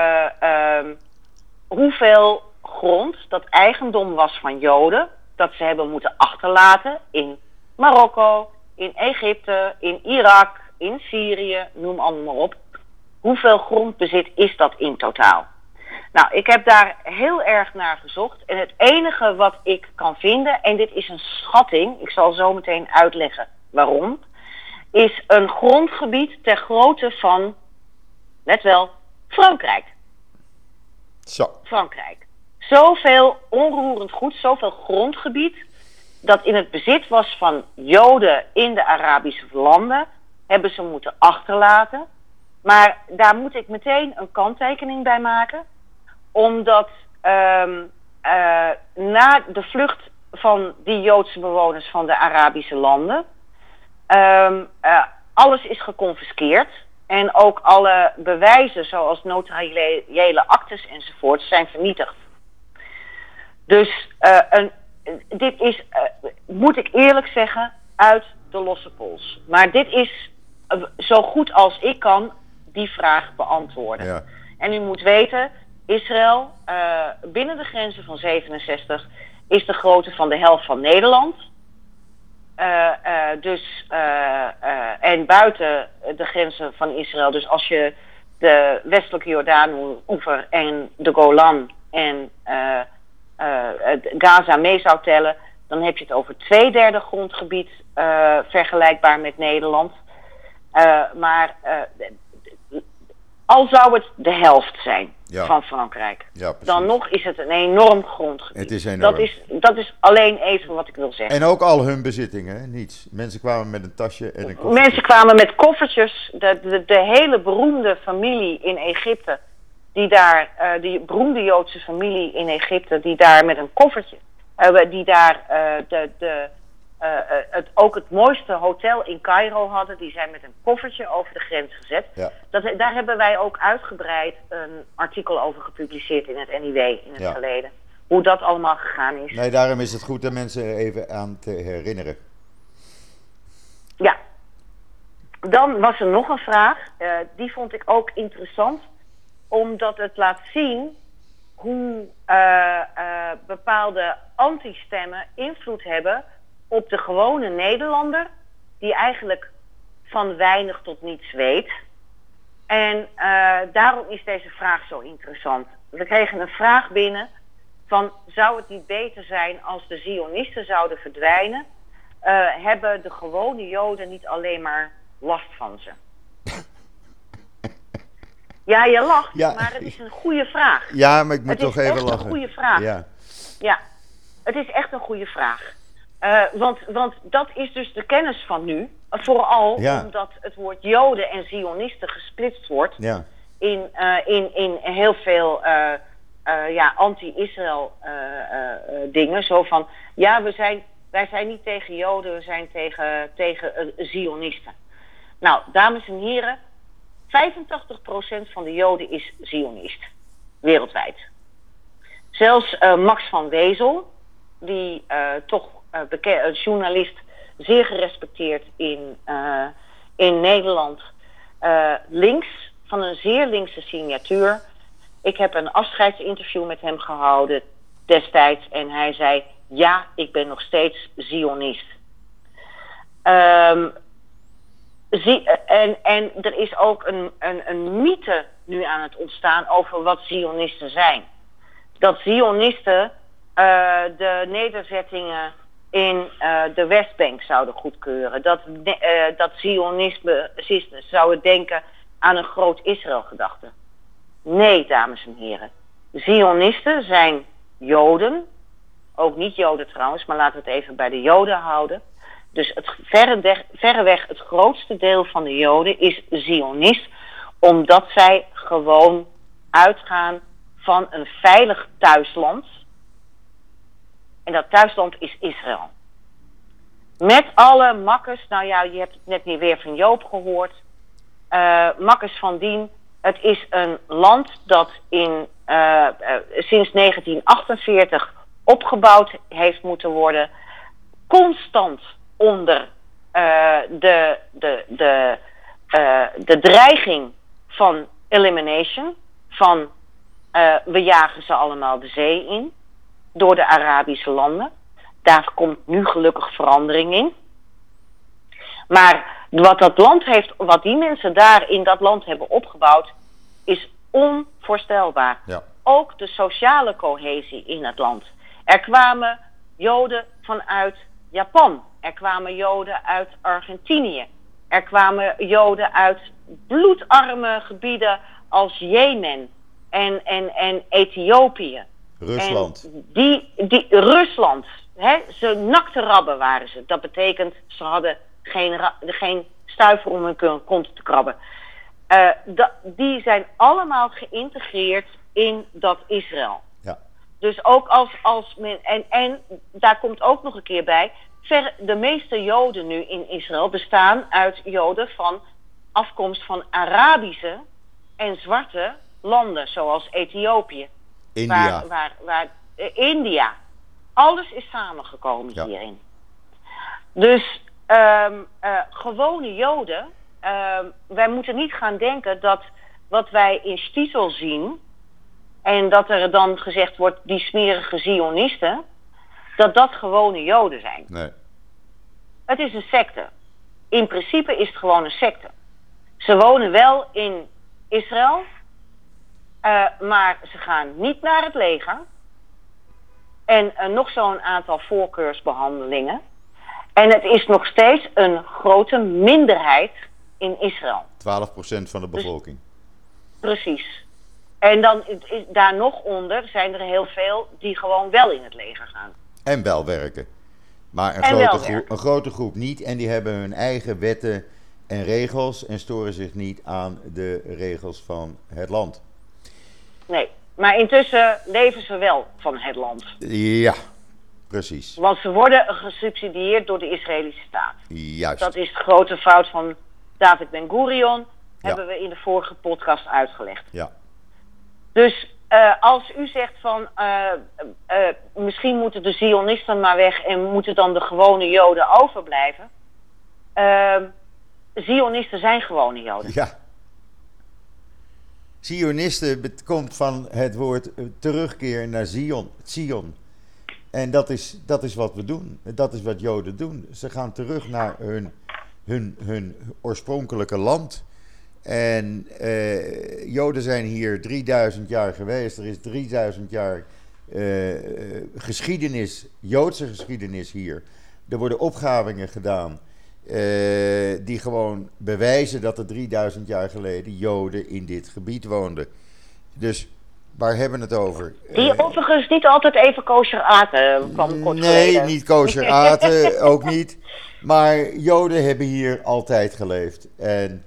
hoeveel grond dat eigendom was van Joden, dat ze hebben moeten achterlaten in Marokko, in Egypte, in Irak, in Syrië, noem allemaal maar op. Hoeveel grondbezit is dat in totaal? Nou, ik heb daar heel erg naar gezocht. En het enige wat ik kan vinden, en dit is een schatting, ik zal zo meteen uitleggen waarom, is een grondgebied ter grootte van, let wel, Frankrijk. Zo. Frankrijk. Zoveel onroerend goed, zoveel grondgebied, dat in het bezit was van Joden in de Arabische landen, hebben ze moeten achterlaten. Maar daar moet ik meteen een kanttekening bij maken. Omdat na de vlucht van die Joodse bewoners van de Arabische landen, alles is geconfiskeerd. En ook alle bewijzen, zoals notariële actes enzovoort, zijn vernietigd. Dus dit is, moet ik eerlijk zeggen, uit de losse pols. Maar dit is zo goed als ik kan die vraag beantwoorden. Ja. En u moet weten, Israël, binnen de grenzen van 67, is de grootte van de helft van Nederland. En buiten de grenzen van Israël, dus als je de westelijke Jordaanoever en de Golan en Gaza mee zou tellen, dan heb je het over 2/3 grondgebied vergelijkbaar met Nederland. Al zou het de helft zijn van Frankrijk, dan nog is het een enorm grondgebied. Het is enorm. Dat is alleen even wat ik wil zeggen. En ook al hun bezittingen, niets. Mensen kwamen met een tasje en een koffertje. Mensen kwamen met koffertjes. De hele beroemde familie in Egypte, die beroemde Joodse familie in Egypte, die daar met een koffertje, die daar ook het mooiste hotel in Cairo hadden, die zijn met een koffertje over de grens gezet. Ja. Daar hebben wij ook uitgebreid een artikel over gepubliceerd in het NIW in het verleden. Hoe dat allemaal gegaan is. Nee, daarom is het goed om mensen er even aan te herinneren. Ja. Dan was er nog een vraag. Die vond ik ook interessant. Omdat het laat zien hoe bepaalde anti-stemmen invloed hebben op de gewone Nederlander, die eigenlijk van weinig tot niets weet. En daarom is deze vraag zo interessant. We kregen een vraag binnen van, zou het niet beter zijn als de Zionisten zouden verdwijnen? Hebben de gewone Joden niet alleen maar last van ze? Ja, je lacht, maar het is een goede vraag. Ja, maar ik moet toch even lachen. Het is echt een goede vraag. Ja, het is echt een goede vraag. Want dat is dus de kennis van nu. Vooral omdat het woord Joden en Zionisten gesplitst wordt in heel veel anti-Israël dingen. Zo van, wij zijn niet tegen Joden, we zijn tegen Zionisten. Nou, dames en heren, 85% van de Joden is Zionist. Wereldwijd. Zelfs Max van Wezel, die toch journalist, zeer gerespecteerd in Nederland, links, van een zeer linkse signatuur. Ik heb een afscheidsinterview met hem gehouden destijds en hij zei, ja, ik ben nog steeds Zionist. En er is ook een mythe nu aan het ontstaan over wat Zionisten zijn. Dat Zionisten de nederzettingen in de Westbank zouden goedkeuren. Dat Zionisten zouden denken aan een groot Israël-gedachte. Nee, dames en heren. Zionisten zijn Joden. Ook niet Joden trouwens, maar laten we het even bij de Joden houden. Dus verreweg het grootste deel van de Joden is Zionist, omdat zij gewoon uitgaan van een veilig thuisland. En dat thuisland is Israël. Met alle makkers, nou ja, je hebt het net weer van Joop gehoord. Makkers van dien. Het is een land dat sinds 1948 opgebouwd heeft moeten worden. Constant onder de dreiging van elimination. Van we jagen ze allemaal de zee in. Door de Arabische landen. Daar komt nu gelukkig verandering in. Maar wat die mensen daar in dat land hebben opgebouwd, is onvoorstelbaar. Ja. ook de sociale cohesie in het land. Er kwamen Joden vanuit Japan. Er kwamen Joden uit Argentinië. Er kwamen Joden uit bloedarme gebieden als Jemen en Ethiopië. Rusland. En Rusland. Ze nakte rabben waren ze. Dat betekent, ze hadden geen stuiver om hun kont te krabben. Die zijn allemaal geïntegreerd in dat Israël. Ja. Dus ook als men... En daar komt ook nog een keer bij... De meeste Joden nu in Israël bestaan uit Joden van afkomst van Arabische en zwarte landen, zoals Ethiopië. India. India. Alles is samengekomen hierin. Dus gewone Joden, wij moeten niet gaan denken dat wat wij in Stiesel zien, en dat er dan gezegd wordt, die smerige Zionisten, dat gewone Joden zijn. Nee. Het is een secte. In principe is het gewoon een secte. Ze wonen wel in Israël, maar ze gaan niet naar het leger. En nog zo'n aantal voorkeursbehandelingen. En het is nog steeds een grote minderheid in Israël. 12% van de bevolking. Dus, precies. En dan daar nog onder zijn er heel veel die gewoon wel in het leger gaan. En wel werken. Maar een grote groep niet. En die hebben hun eigen wetten en regels en storen zich niet aan de regels van het land. Nee, maar intussen leven ze wel van het land. Ja, precies. Want ze worden gesubsidieerd door de Israëlische staat. Juist. Dat is de grote fout van David Ben-Gurion. Hebben we in de vorige podcast uitgelegd. Ja. Dus als u zegt van misschien moeten de Zionisten maar weg en moeten dan de gewone Joden overblijven. Zionisten zijn gewone Joden. Ja. Zionisten komt van het woord terugkeer naar Zion. En dat is wat we doen. Dat is wat Joden doen. Ze gaan terug naar hun oorspronkelijke land. En Joden zijn hier 3000 jaar geweest. Er is 3000 jaar geschiedenis, Joodse geschiedenis hier. Er worden opgravingen gedaan die gewoon bewijzen dat er 3000 jaar geleden Joden in dit gebied woonden. Dus waar hebben we het over? Die overigens niet altijd even kosher aten, kwam kort Nee, geleden. niet kosher aten, ook niet. Maar Joden hebben hier altijd geleefd. En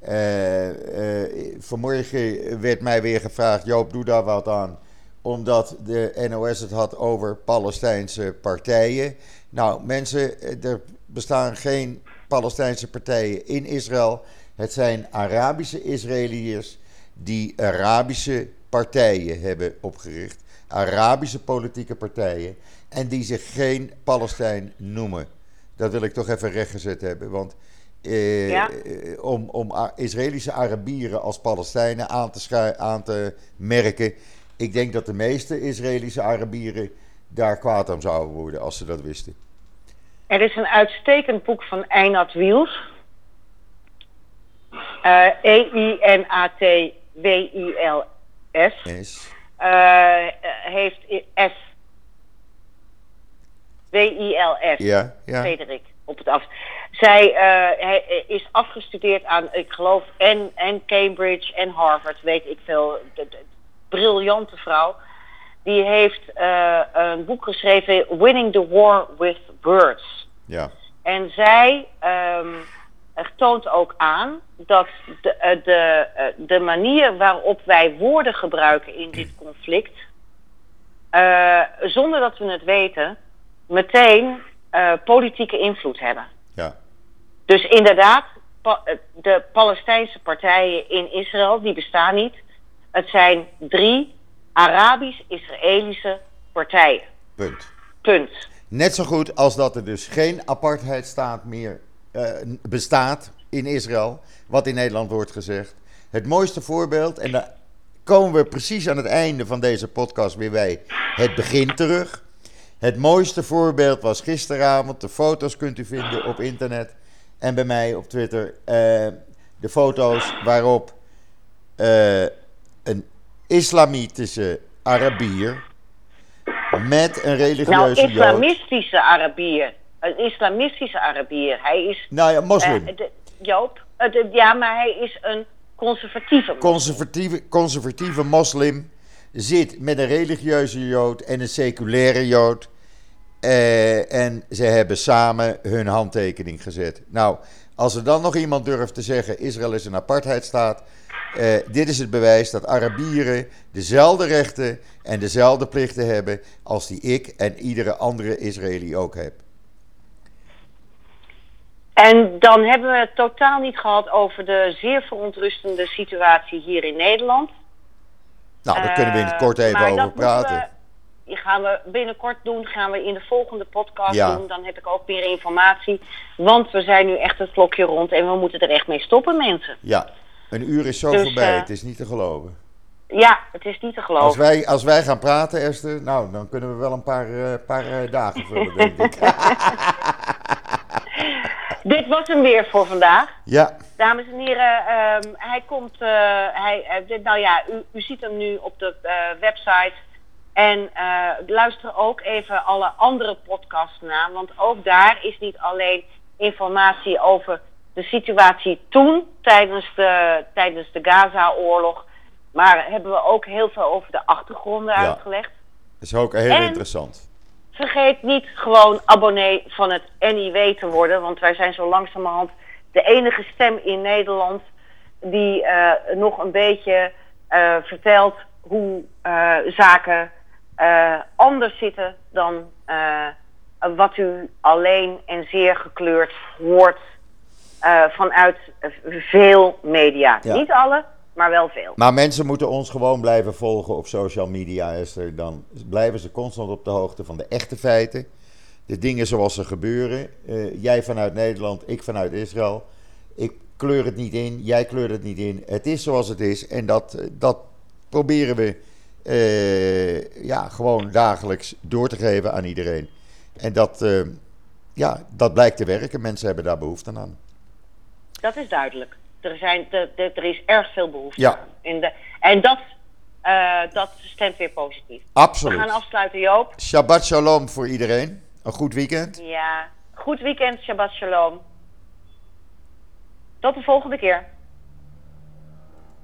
vanmorgen werd mij weer gevraagd, Joop, doe daar wat aan. Omdat de NOS het had over Palestijnse partijen. Nou, mensen, er bestaan geen Palestijnse partijen in Israël. Het zijn Arabische Israëliërs die Arabische partijen hebben opgericht. Arabische politieke partijen. En die zich geen Palestijn noemen. Dat wil ik toch even rechtgezet hebben. Want om Israëlische Arabieren als Palestijnen aan te merken. Ik denk dat de meeste Israëlische Arabieren daar kwaad aan zouden worden als ze dat wisten. Er is een uitstekend boek van Einat Wiels. Einatwils. Heeft S. Wils. Ja. Frederik, op het af. Zij is afgestudeerd aan, ik geloof, en Cambridge en Harvard, weet ik veel. Briljante vrouw. Die heeft een boek geschreven, Winning the War with Words. Ja. En zij toont ook aan dat de manier waarop wij woorden gebruiken in dit conflict, zonder dat we het weten, meteen politieke invloed hebben. Ja. Dus inderdaad, de Palestijnse partijen in Israël, die bestaan niet. Het zijn 3 Arabisch-Israëlische partijen. Punt. Net zo goed als dat er dus geen apartheidstaat meer bestaat in Israël, wat in Nederland wordt gezegd. Het mooiste voorbeeld, en dan komen we precies aan het einde van deze podcast weer bij het begin terug. Het mooiste voorbeeld was gisteravond. De foto's kunt u vinden op internet en bij mij op Twitter. De foto's waarop een islamitische Arabier met een Nou, religieuze Jood. islamistische Arabier. Een islamistische Arabier. Hij is... Nou ja, moslim. Joop. Ja, maar hij is een conservatieve moslim. Conservatieve moslim zit met een religieuze Jood en een seculaire Jood. En ze hebben samen hun handtekening gezet. Nou, als er dan nog iemand durft te zeggen, Israël is een apartheidstaat. Dit is het bewijs dat Arabieren dezelfde rechten en dezelfde plichten hebben als die ik en iedere andere Israëli ook heb. En dan hebben we het totaal niet gehad over de zeer verontrustende situatie hier in Nederland. Nou, daar kunnen we in het kort even over praten. Gaan we binnenkort doen, gaan we in de volgende podcast doen. Dan heb ik ook meer informatie. Want we zijn nu echt het klokje rond en we moeten er echt mee stoppen, mensen. Ja, een uur is zo voorbij. Het is niet te geloven. Ja, het is niet te geloven. Als wij gaan praten, Esther, nou, dan kunnen we wel een paar dagen vullen, denk ik. Dit was hem weer voor vandaag. Ja. Dames en heren, hij komt... u ziet hem nu op de website. En luister ook even alle andere podcasts na. Want ook daar is niet alleen informatie over de situatie toen, tijdens de Gaza-oorlog. Maar hebben we ook heel veel over de achtergronden uitgelegd. Dat is ook heel interessant. Vergeet niet gewoon abonnee van het NIW te worden. Want wij zijn zo langzamerhand de enige stem in Nederland die nog een beetje vertelt hoe zaken anders zitten dan wat u alleen en zeer gekleurd hoort vanuit veel media. Ja. Niet alle, maar wel veel. Maar mensen moeten ons gewoon blijven volgen op social media, Esther. Dan blijven ze constant op de hoogte van de echte feiten. De dingen zoals ze gebeuren. Jij vanuit Nederland, ik vanuit Israël. Ik kleur het niet in, jij kleurt het niet in. Het is zoals het is en dat proberen we gewoon dagelijks door te geven aan iedereen. En dat blijkt te werken. Mensen hebben daar behoefte aan. Dat is duidelijk. Er is erg veel behoefte aan. En dat stemt weer positief. Absoluut. We gaan afsluiten, Joop. Shabbat shalom voor iedereen. Een goed weekend. Ja, goed weekend, Shabbat shalom. Tot de volgende keer.